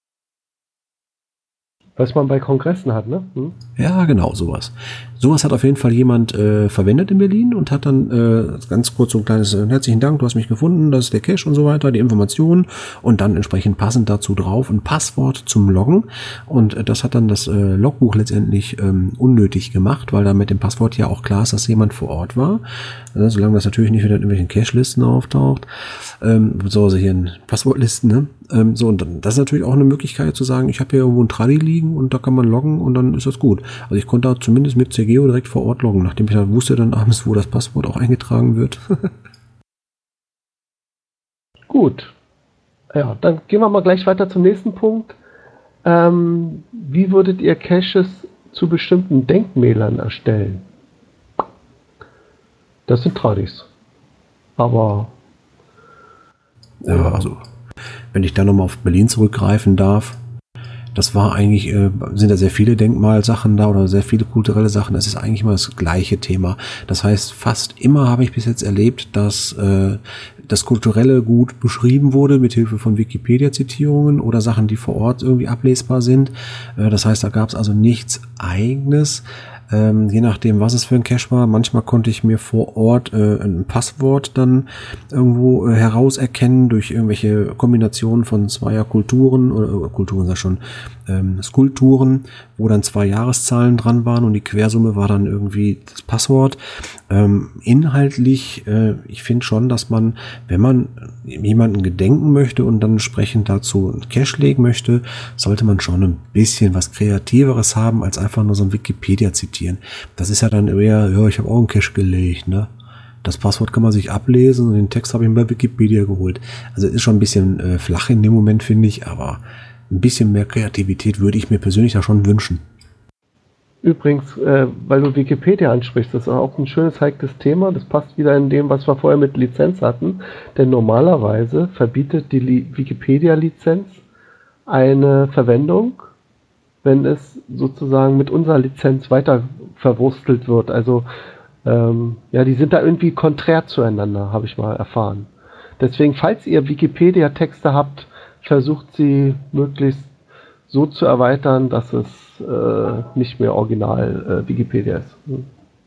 [SPEAKER 2] Was man bei Kongressen hat, ne? Hm?
[SPEAKER 1] Ja, genau, sowas. Sowas hat auf jeden Fall jemand äh, verwendet in Berlin und hat dann äh, ganz kurz so ein kleines äh, herzlichen Dank, du hast mich gefunden, das ist der Cache und so weiter, die Informationen und dann entsprechend passend dazu drauf ein Passwort zum Loggen und äh, das hat dann das äh, Logbuch letztendlich ähm, unnötig gemacht, weil da mit dem Passwort ja auch klar ist, dass jemand vor Ort war. Äh, solange das natürlich nicht wieder in irgendwelchen Cache-Listen auftaucht, ähm, so also hier in Passwortlisten, ne? Ähm, so, und dann, das ist natürlich auch eine Möglichkeit zu sagen, ich habe hier irgendwo ein Tradi liegen und da kann man loggen und dann ist das gut. Also ich konnte da zumindest mit C G O direkt vor Ort loggen, nachdem ich dann wusste dann abends, wo das Passwort auch eingetragen wird.
[SPEAKER 2] Gut. Ja, dann gehen wir mal gleich weiter zum nächsten Punkt. Ähm, wie würdet ihr Caches zu bestimmten Denkmälern erstellen? Das sind Tradis. Aber
[SPEAKER 1] Ja, also wenn ich da nochmal auf Berlin zurückgreifen darf, das war eigentlich, äh, sind da sehr viele Denkmalsachen da oder sehr viele kulturelle Sachen. Das ist eigentlich immer das gleiche Thema. Das heißt, fast immer habe ich bis jetzt erlebt, dass äh, das Kulturelle gut beschrieben wurde mit Hilfe von Wikipedia-Zitierungen oder Sachen, die vor Ort irgendwie ablesbar sind. Äh, das heißt, da gab es also nichts Eigenes. ähm, je nachdem, was es für ein Cache war. Manchmal konnte ich mir vor Ort äh, ein Passwort dann irgendwo äh, herauserkennen durch irgendwelche Kombinationen von zweier Kulturen oder äh, Kulturen sag schon ähm, Skulpturen, wo dann zwei Jahreszahlen dran waren und die Quersumme war dann irgendwie das Passwort. Ähm, inhaltlich, äh, ich finde schon, dass man, wenn man jemanden gedenken möchte und dann entsprechend dazu ein Cache legen möchte, sollte man schon ein bisschen was Kreativeres haben, als einfach nur so ein Wikipedia zitieren. Das ist ja dann eher, ja, ich habe auch einen Cache gelegt, ne? Das Passwort kann man sich ablesen und den Text habe ich mir bei Wikipedia geholt. Also ist schon ein bisschen äh, flach in dem Moment, finde ich, aber ein bisschen mehr Kreativität würde ich mir persönlich da schon wünschen.
[SPEAKER 2] Übrigens, äh, weil du Wikipedia ansprichst, das ist auch ein schönes, heikles Thema. Das passt wieder in dem, was wir vorher mit Lizenz hatten. Denn normalerweise verbietet die Li- Wikipedia-Lizenz eine Verwendung, wenn es sozusagen mit unserer Lizenz weiter verwurstelt wird. Also, ähm, ja, die sind da irgendwie konträr zueinander, habe ich mal erfahren. Deswegen, falls ihr Wikipedia-Texte habt, versucht sie möglichst so zu erweitern, dass es äh, nicht mehr original äh, Wikipedia ist. Hm.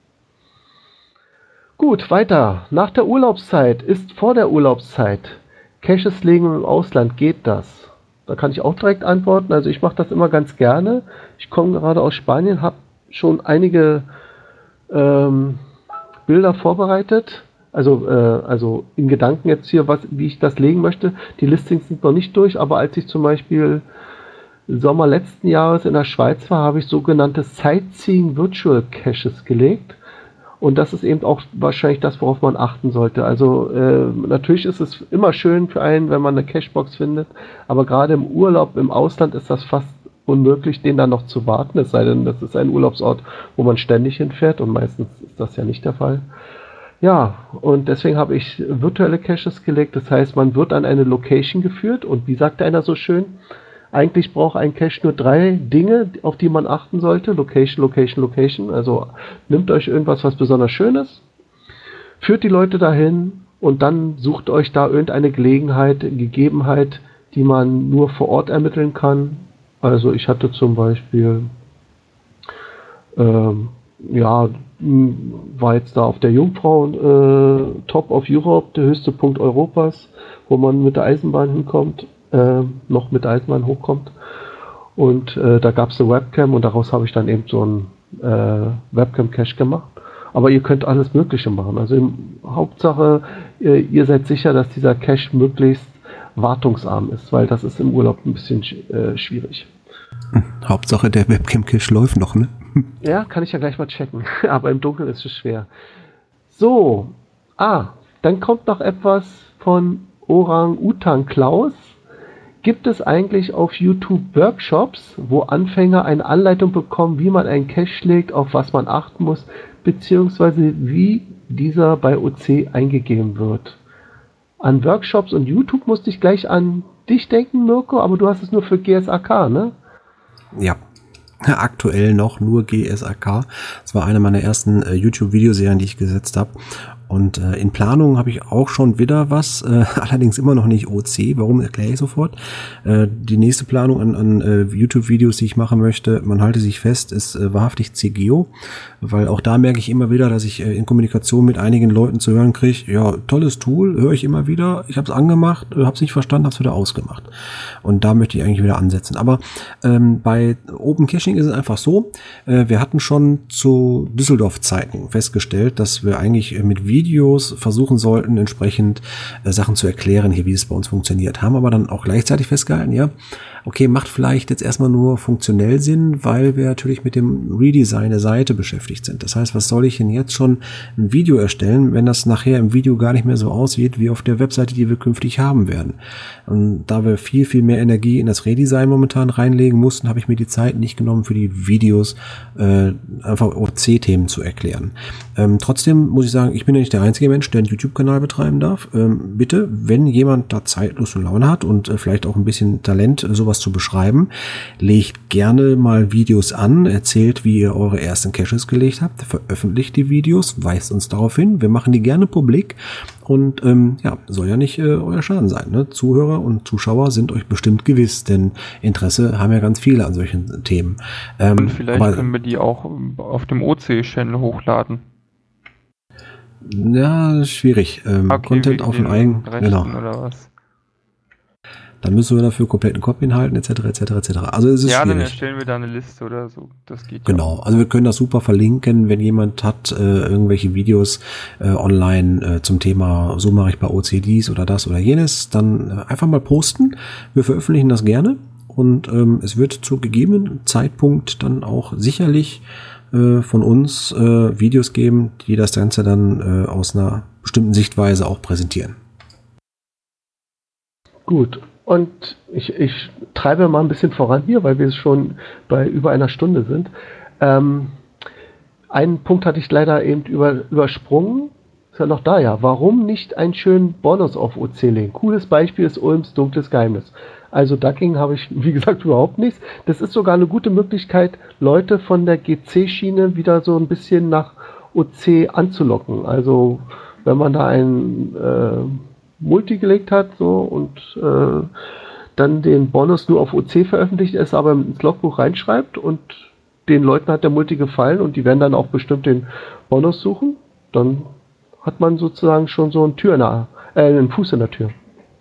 [SPEAKER 2] Gut, weiter. Nach der Urlaubszeit ist vor der Urlaubszeit. Caches legen im Ausland, geht das? Da kann ich auch direkt antworten. Also ich mache das immer ganz gerne. Ich komme gerade aus Spanien, habe schon einige ähm, Bilder vorbereitet. Also, äh, also in Gedanken jetzt hier, was, wie ich das legen möchte. Die Listings sind noch nicht durch, aber als ich zum Beispiel Sommer letzten Jahres in der Schweiz war, habe ich sogenannte Sightseeing Virtual Caches gelegt. Und das ist eben auch wahrscheinlich das, worauf man achten sollte. Also äh, natürlich ist es immer schön für einen, wenn man eine Cachebox findet, aber gerade im Urlaub im Ausland ist das fast unmöglich, den dann noch zu warten. Es sei denn, das ist ein Urlaubsort, wo man ständig hinfährt und meistens ist das ja nicht der Fall. Ja, und deswegen habe ich virtuelle Caches gelegt. Das heißt, man wird an eine Location geführt und wie sagt einer so schön, eigentlich braucht ein Cache nur drei Dinge, auf die man achten sollte. Location, Location, Location. Also nehmt euch irgendwas, was besonders schön ist, führt die Leute dahin und dann sucht euch da irgendeine Gelegenheit, Gegebenheit, die man nur vor Ort ermitteln kann. Also ich hatte zum Beispiel, ähm, ja, war jetzt da auf der Jungfrau äh, Top of Europe, der höchste Punkt Europas, wo man mit der Eisenbahn hinkommt. Äh, noch mit Eisenbahn hochkommt. Und äh, da gab es eine Webcam und daraus habe ich dann eben so einen äh, Webcam-Cache gemacht. Aber ihr könnt alles Mögliche machen. Also im, Hauptsache, ihr, ihr seid sicher, dass dieser Cache möglichst wartungsarm ist, weil das ist im Urlaub ein bisschen äh, schwierig.
[SPEAKER 1] Hauptsache, der Webcam-Cache läuft noch, ne?
[SPEAKER 2] Ja, kann ich ja gleich mal checken. Aber im Dunkeln ist es schwer. So, ah, dann kommt noch etwas von Orang-Utan Klaus. Gibt es eigentlich auf YouTube Workshops, wo Anfänger eine Anleitung bekommen, wie man einen Cache legt, auf was man achten muss, beziehungsweise wie dieser bei O C eingegeben wird? An Workshops und YouTube musste ich gleich an dich denken, Mirko, aber du hast es nur für G S A K, ne?
[SPEAKER 1] Ja, aktuell noch nur G S A K. Das war eine meiner ersten äh, YouTube-Videoserien, die ich gesetzt habe. Und äh, in Planung habe ich auch schon wieder was, äh, allerdings immer noch nicht O C. Warum, erkläre ich sofort. Äh, die nächste Planung an, an äh, YouTube-Videos, die ich machen möchte, man halte sich fest, ist äh, wahrhaftig C G O, weil auch da merke ich immer wieder, dass ich äh, in Kommunikation mit einigen Leuten zu hören kriege, ja, tolles Tool, höre ich immer wieder, ich habe es angemacht, habe es nicht verstanden, habe es wieder ausgemacht. Und da möchte ich eigentlich wieder ansetzen. Aber ähm, bei Open Caching ist es einfach so, äh, wir hatten schon zu Düsseldorf-Zeiten festgestellt, dass wir eigentlich äh, mit Videos versuchen sollten, entsprechend äh, Sachen zu erklären, hier, wie es bei uns funktioniert. Haben aber dann auch gleichzeitig festgehalten, ja, okay, macht vielleicht jetzt erstmal nur funktionell Sinn, weil wir natürlich mit dem Redesign der Seite beschäftigt sind. Das heißt, was soll ich denn jetzt schon ein Video erstellen, wenn das nachher im Video gar nicht mehr so aussieht, wie auf der Webseite, die wir künftig haben werden. Und da wir viel, viel mehr Energie in das Redesign momentan reinlegen mussten, habe ich mir die Zeit nicht genommen, für die Videos äh, einfach O C-Themen zu erklären. Ähm, trotzdem muss ich sagen, ich bin ja nicht der einzige Mensch, der einen YouTube-Kanal betreiben darf. Ähm, bitte, wenn jemand da Zeit, Lust und Laune hat und äh, vielleicht auch ein bisschen Talent, äh, sowas zu beschreiben, legt gerne mal Videos an, erzählt, wie ihr eure ersten Caches gelegt habt, veröffentlicht die Videos, weist uns darauf hin. Wir machen die gerne publik und ähm, ja, soll ja nicht äh, euer Schaden sein. Ne? Zuhörer und Zuschauer sind euch bestimmt gewiss, denn Interesse haben ja ganz viele an solchen Themen. Ähm,
[SPEAKER 7] Und vielleicht
[SPEAKER 1] aber,
[SPEAKER 7] können wir die auch auf dem O C-Channel hochladen.
[SPEAKER 1] Ja, schwierig. Ähm,
[SPEAKER 7] Okay,
[SPEAKER 1] Content
[SPEAKER 7] wegen
[SPEAKER 1] auf dem
[SPEAKER 7] den
[SPEAKER 1] eigenen,
[SPEAKER 7] Rechten
[SPEAKER 1] genau.
[SPEAKER 7] oder was?
[SPEAKER 1] Dann müssen wir dafür kompletten Copy halten, et cetera, et cetera, et cetera. Also es ist
[SPEAKER 7] Ja, dann
[SPEAKER 1] schwierig.
[SPEAKER 7] erstellen wir da eine Liste oder so. Das geht
[SPEAKER 1] Genau, also wir können das super verlinken, wenn jemand hat äh, irgendwelche Videos äh, online äh, zum Thema, so mache ich bei O C dies oder das oder jenes, dann äh, einfach mal posten. Wir veröffentlichen das gerne und ähm, es wird zu gegebenen Zeitpunkt dann auch sicherlich äh, von uns äh, Videos geben, die das Ganze dann äh, aus einer bestimmten Sichtweise auch präsentieren.
[SPEAKER 2] Gut, und ich, ich treibe mal ein bisschen voran hier, weil wir schon bei über einer Stunde sind. Ähm, einen Punkt hatte ich leider eben über, übersprungen. Ist ja noch da, ja. Warum nicht einen schönen Bonus auf O C legen? Cooles Beispiel ist Ulms Dunkles Geheimnis. Also dagegen habe ich, wie gesagt, überhaupt nichts. Das ist sogar eine gute Möglichkeit, Leute von der G C-Schiene wieder so ein bisschen nach O C anzulocken. Also wenn man da ein äh, Multi gelegt hat so und äh, dann den Bonus nur auf O C veröffentlicht, es aber ins Logbuch reinschreibt und den Leuten hat der Multi gefallen und die werden dann auch bestimmt den Bonus suchen, dann hat man sozusagen schon so einen, Tür in der, äh, einen Fuß in der Tür.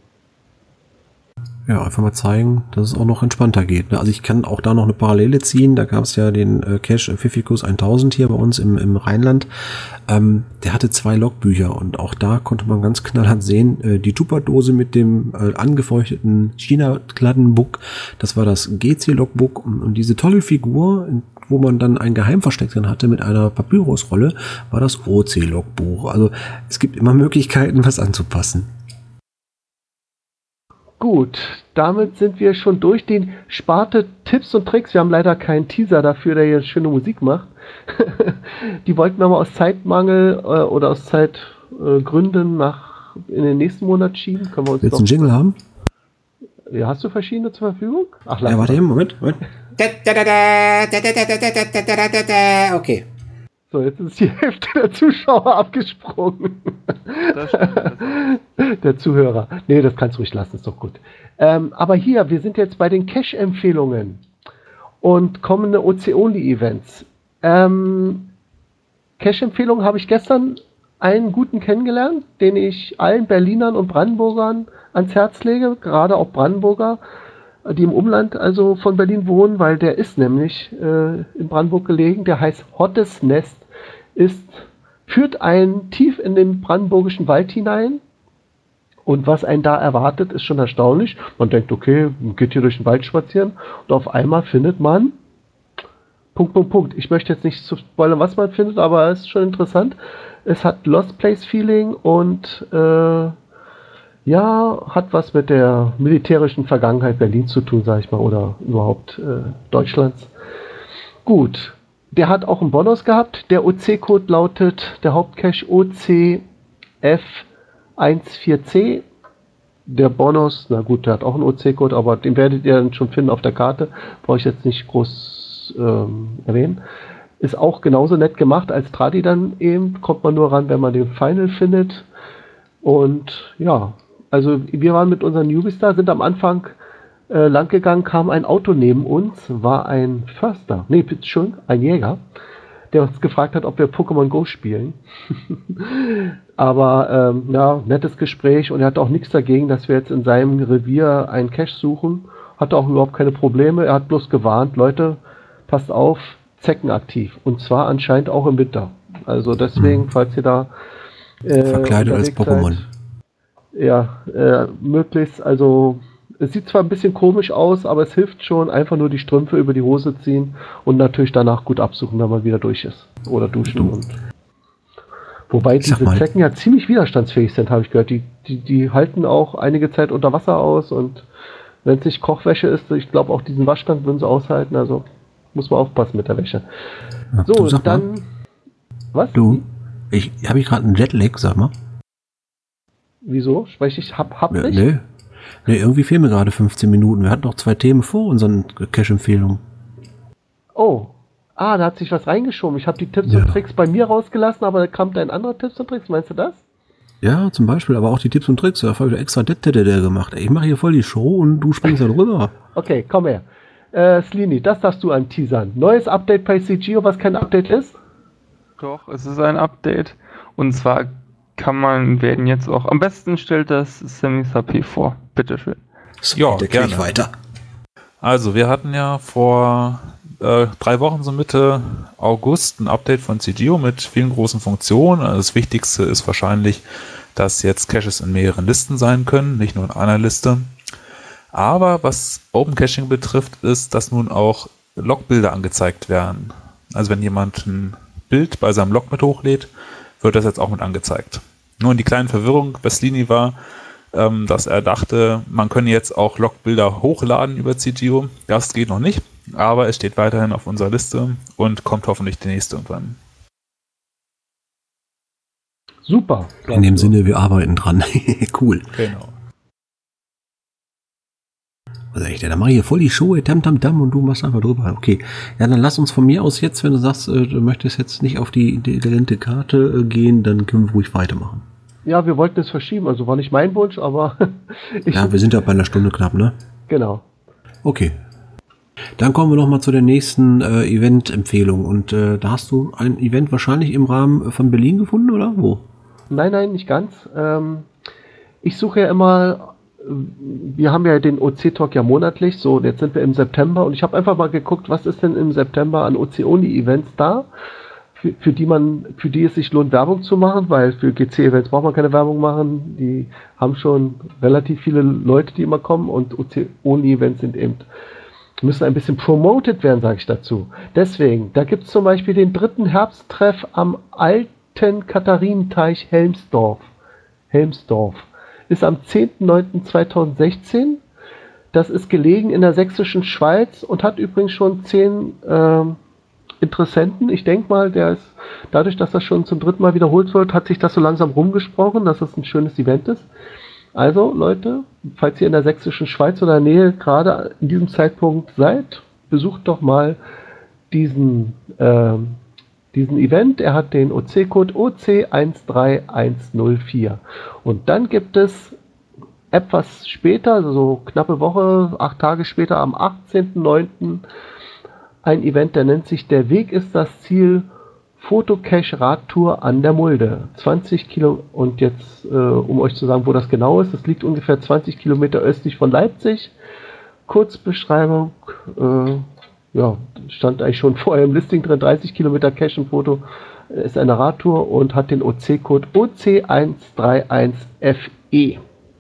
[SPEAKER 1] Ja, einfach mal zeigen, dass es auch noch entspannter geht. Ne? Also ich kann auch da noch eine Parallele ziehen. Da gab es ja den äh, Cache Pfiffikus tausend hier bei uns im, im Rheinland. Ähm, der hatte zwei Logbücher und auch da konnte man ganz knallhart sehen, äh, die Tupperdose mit dem äh, angefeuchteten China-Kladdenbook, das war das G C-Logbook und, und diese tolle Figur, wo man dann ein Geheimversteck drin hatte mit einer Papyrusrolle, war das O C-Logbuch. Also es gibt immer Möglichkeiten, was anzupassen.
[SPEAKER 2] Gut, damit sind wir schon durch den Sparte Tipps und Tricks. Wir haben leider keinen Teaser dafür, der jetzt schöne Musik macht. Die wollten wir mal aus Zeitmangel äh, oder aus Zeitgründen äh, nach in den nächsten Monat schieben. Können wir uns
[SPEAKER 1] Willst du einen Jingle haben?
[SPEAKER 2] Ja, hast du verschiedene zur Verfügung? Ach,
[SPEAKER 1] ja, warte eben, Moment, Moment. Okay.
[SPEAKER 2] So, jetzt ist die Hälfte der Zuschauer abgesprungen.
[SPEAKER 7] Das stimmt, das
[SPEAKER 2] der Zuhörer. Nee, das kannst du ruhig lassen, ist doch gut. Ähm, aber hier, wir sind jetzt bei den Cache-Empfehlungen und kommende O C-Only-Events. Ähm, Cache-Empfehlungen habe ich gestern einen guten kennengelernt, den ich allen Berlinern und Brandenburgern ans Herz lege, gerade auch Brandenburger, die im Umland also von Berlin wohnen, weil der ist nämlich äh, in Brandenburg gelegen, der heißt Hottes Nest, ist, führt einen tief in den brandenburgischen Wald hinein und was einen da erwartet, ist schon erstaunlich. Man denkt, okay, man geht hier durch den Wald spazieren und auf einmal findet man Punkt, Punkt, Punkt. Ich möchte jetzt nicht spoilern, was man findet, aber es ist schon interessant. Es hat Lost Place Feeling und äh, ja, hat was mit der militärischen Vergangenheit Berlins zu tun, sag ich mal, oder überhaupt äh, Deutschlands. Gut, der hat auch einen Bonus gehabt. Der O C-Code lautet, der Hauptcache O C F vierzehn C. Der Bonus, na gut, der hat auch einen O C-Code, aber den werdet ihr dann schon finden auf der Karte. Brauche ich jetzt nicht groß ähm, erwähnen. Ist auch genauso nett gemacht als Tradi dann eben. Kommt man nur ran, wenn man den Final findet. Und ja, also wir waren mit unseren Newbies da, sind am Anfang äh, lang gegangen, kam ein Auto neben uns, war ein Förster, nee, schon ein Jäger, der uns gefragt hat, ob wir Pokémon Go spielen. Aber ähm, ja, nettes Gespräch und er hat auch nichts dagegen, dass wir jetzt in seinem Revier einen Cache suchen. Hatte auch überhaupt keine Probleme, er hat bloß gewarnt, Leute, passt auf, Zecken aktiv. Und zwar anscheinend auch im Winter. Also deswegen, falls ihr da äh,
[SPEAKER 1] verkleidet als Pokémon.
[SPEAKER 2] Seid, ja, äh, möglichst, also es sieht zwar ein bisschen komisch aus, aber es hilft schon, einfach nur die Strümpfe über die Hose ziehen und natürlich danach gut absuchen, wenn man wieder durch ist. Oder duschen. Und wobei diese Zecken ja ziemlich widerstandsfähig sind, habe ich gehört. Die, die, die halten auch einige Zeit unter Wasser aus und wenn es nicht Kochwäsche ist, ich glaube auch diesen Waschgang würden sie aushalten, also muss man aufpassen mit der Wäsche.
[SPEAKER 1] Ja,
[SPEAKER 2] so, dann...
[SPEAKER 1] Was? Du? Ich habe ich gerade einen Jetlag, sag mal.
[SPEAKER 2] Wieso? Spreche ich hab, hab nicht?
[SPEAKER 1] Nee. Nee, irgendwie fehlen mir gerade fünfzehn Minuten. Wir hatten noch zwei Themen vor unseren Cache-Empfehlungen.
[SPEAKER 2] Oh. Ah, da hat sich was reingeschoben. Ich habe die Tipps
[SPEAKER 1] Ja.
[SPEAKER 2] und Tricks bei mir rausgelassen, aber da kam dein anderer Tipps und Tricks. Meinst du das?
[SPEAKER 1] Ja, zum Beispiel, aber auch die Tipps und Tricks. Da habe ich extra das gemacht. Ich mache hier voll die Show und du springst da drüber.
[SPEAKER 2] Okay, komm her. Äh, Slini, das darfst du anteasern. Neues Update bei C G O, was kein Update ist?
[SPEAKER 7] Doch, es ist ein Update. Und zwar kann man, werden jetzt auch, am besten stellt das Sammy's H P vor. Bitteschön.
[SPEAKER 1] So,
[SPEAKER 6] Ja,
[SPEAKER 1] der
[SPEAKER 6] gerne.
[SPEAKER 1] krieg ich weiter.
[SPEAKER 6] Also, wir hatten ja vor äh, drei Wochen, so Mitte August, ein Update von C G O mit vielen großen Funktionen. Also das Wichtigste ist wahrscheinlich, dass jetzt Caches in mehreren Listen sein können, nicht nur in einer Liste. Aber was Open Caching betrifft, ist, dass nun auch Logbilder angezeigt werden. Also wenn jemand ein Bild bei seinem Log mit hochlädt, wird das jetzt auch mit angezeigt. Nur in die kleine Verwirrung bei Slini war, ähm, dass er dachte, man könne jetzt auch Logbilder hochladen über C G O. Das geht noch nicht, aber es steht weiterhin auf unserer Liste und kommt hoffentlich die nächste irgendwann.
[SPEAKER 2] Super.
[SPEAKER 1] In dem Sinne, wir arbeiten dran. Cool.
[SPEAKER 6] Genau.
[SPEAKER 1] Also echt, da mache ich hier voll die Show, tam tam tam und du machst einfach drüber. Okay, ja, dann lass uns von mir aus jetzt, wenn du sagst, äh, du möchtest jetzt nicht auf die intelligente Karte äh, gehen, dann können wir ruhig weitermachen.
[SPEAKER 2] Ja, wir wollten es verschieben, also war nicht mein Wunsch, aber ich,
[SPEAKER 1] Ja, wir sind ja bei einer Stunde knapp, ne?
[SPEAKER 2] genau.
[SPEAKER 1] Okay. Dann kommen wir noch mal zu der nächsten äh, Event-Empfehlung. Und äh, da hast du ein Event wahrscheinlich im Rahmen von Berlin gefunden, oder wo?
[SPEAKER 2] Nein, nein, nicht ganz. Ähm, ich suche ja immer, wir haben ja den O C-Talk ja monatlich, so, jetzt sind wir im September und ich habe einfach mal geguckt, was ist denn im September an O C-Only-Events da, für, für die man, für die es sich lohnt, Werbung zu machen, weil für G C-Events braucht man keine Werbung machen, die haben schon relativ viele Leute, die immer kommen und O C-Only-Events sind eben, müssen ein bisschen promoted werden, sage ich dazu. Deswegen, da gibt es zum Beispiel den dritten Herbsttreff am alten Katharinenteich Helmsdorf. Helmsdorf. Ist am zehnten neunten zweitausendsechzehn. Das ist gelegen in der sächsischen Schweiz und hat übrigens schon zehn ähm, Interessenten. Ich denke mal, der ist, dadurch, dass das schon zum dritten Mal wiederholt wird, hat sich das so langsam rumgesprochen, dass das ein schönes Event ist. Also, Leute, falls ihr in der sächsischen Schweiz oder in der Nähe gerade in diesem Zeitpunkt seid, besucht doch mal diesen, ähm, diesen Event. Er hat den O C-Code O C eins drei eins null vier. Und dann gibt es etwas später, also so knappe Woche, acht Tage später, am achtzehnten neunten ein Event, der nennt sich Der Weg ist das Ziel, Fotocache-Radtour an der Mulde. zwanzig Kilo, und jetzt, äh, um euch zu sagen, wo das genau ist, das liegt ungefähr zwanzig Kilometer östlich von Leipzig. Kurzbeschreibung, äh, ja, stand eigentlich schon vorher im Listing drin, dreißig Kilometer Cache-Foto, ist eine Radtour und hat den O C-Code O C eins drei eins F E.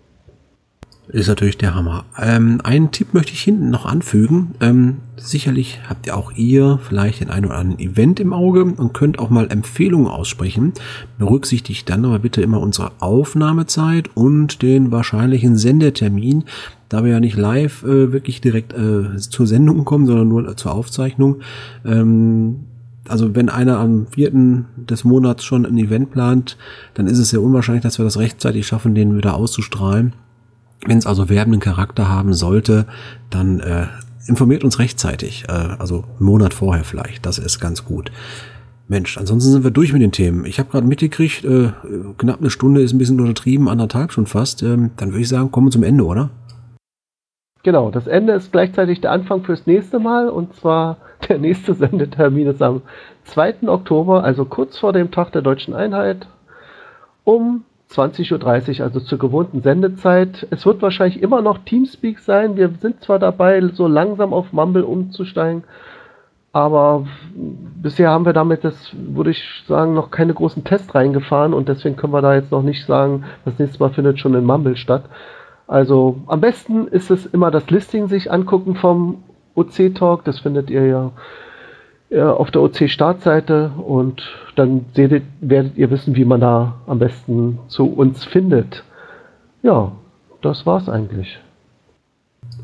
[SPEAKER 1] Ist natürlich der Hammer. Ähm, einen Tipp möchte ich hinten noch anfügen. Ähm, sicherlich habt ihr auch ihr vielleicht den einen oder anderen Event im Auge und könnt auch mal Empfehlungen aussprechen. Berücksichtigt dann aber bitte immer unsere Aufnahmezeit und den wahrscheinlichen Sendetermin, da wir ja nicht live äh, wirklich direkt äh, zur Sendung kommen, sondern nur äh, zur Aufzeichnung. Ähm, also wenn einer am vierten des Monats schon ein Event plant, dann ist es sehr unwahrscheinlich, dass wir das rechtzeitig schaffen, den wieder auszustrahlen. Wenn es also werbenden Charakter haben sollte, dann äh, informiert uns rechtzeitig, äh, also einen Monat vorher vielleicht, das ist ganz gut. Mensch, ansonsten sind wir durch mit den Themen. Ich habe gerade mitgekriegt, äh, knapp eine Stunde ist ein bisschen untertrieben, anderthalb schon fast. Ähm, dann würde ich sagen, kommen wir zum Ende, oder?
[SPEAKER 2] Genau, das Ende ist gleichzeitig der Anfang fürs nächste Mal und zwar der nächste Sendetermin ist am zweiten Oktober, also kurz vor dem Tag der Deutschen Einheit, um zwanzig Uhr dreißig, also zur gewohnten Sendezeit. Es wird wahrscheinlich immer noch Teamspeak sein. Wir sind zwar dabei, so langsam auf Mumble umzusteigen, aber bisher haben wir damit, das würde ich sagen, noch keine großen Tests reingefahren und deswegen können wir da jetzt noch nicht sagen, das nächste Mal findet schon in Mumble statt. Also am besten ist es immer das Listing sich angucken vom O C-Talk. Das findet ihr ja auf der O C-Startseite und dann seht, werdet ihr wissen, wie man da am besten zu uns findet. Ja, das war's eigentlich.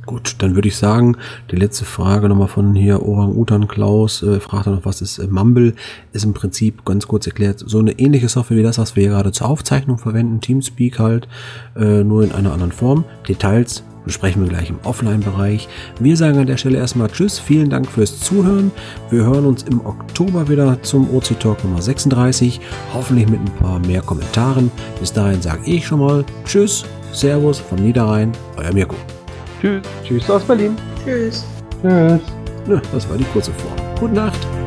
[SPEAKER 1] Gut, dann würde ich sagen, die letzte Frage nochmal von hier Orang-Utan Klaus, äh, fragt er noch, was ist äh, Mumble? Ist im Prinzip, ganz kurz erklärt, so eine ähnliche Software wie das, was wir hier gerade zur Aufzeichnung verwenden, Teamspeak halt, äh, nur in einer anderen Form. Details besprechen wir gleich im Offline-Bereich. Wir sagen an der Stelle erstmal Tschüss, vielen Dank fürs Zuhören. Wir hören uns im Oktober wieder zum O C Talk Nummer sechsunddreißig, hoffentlich mit ein paar mehr Kommentaren. Bis dahin sage ich schon mal Tschüss, Servus vom Niederrhein, euer Mirko.
[SPEAKER 2] Tschüss. Tschüss aus Berlin.
[SPEAKER 3] Tschüss.
[SPEAKER 4] Tschüss.
[SPEAKER 1] Ja, das war die kurze Form. Gute Nacht.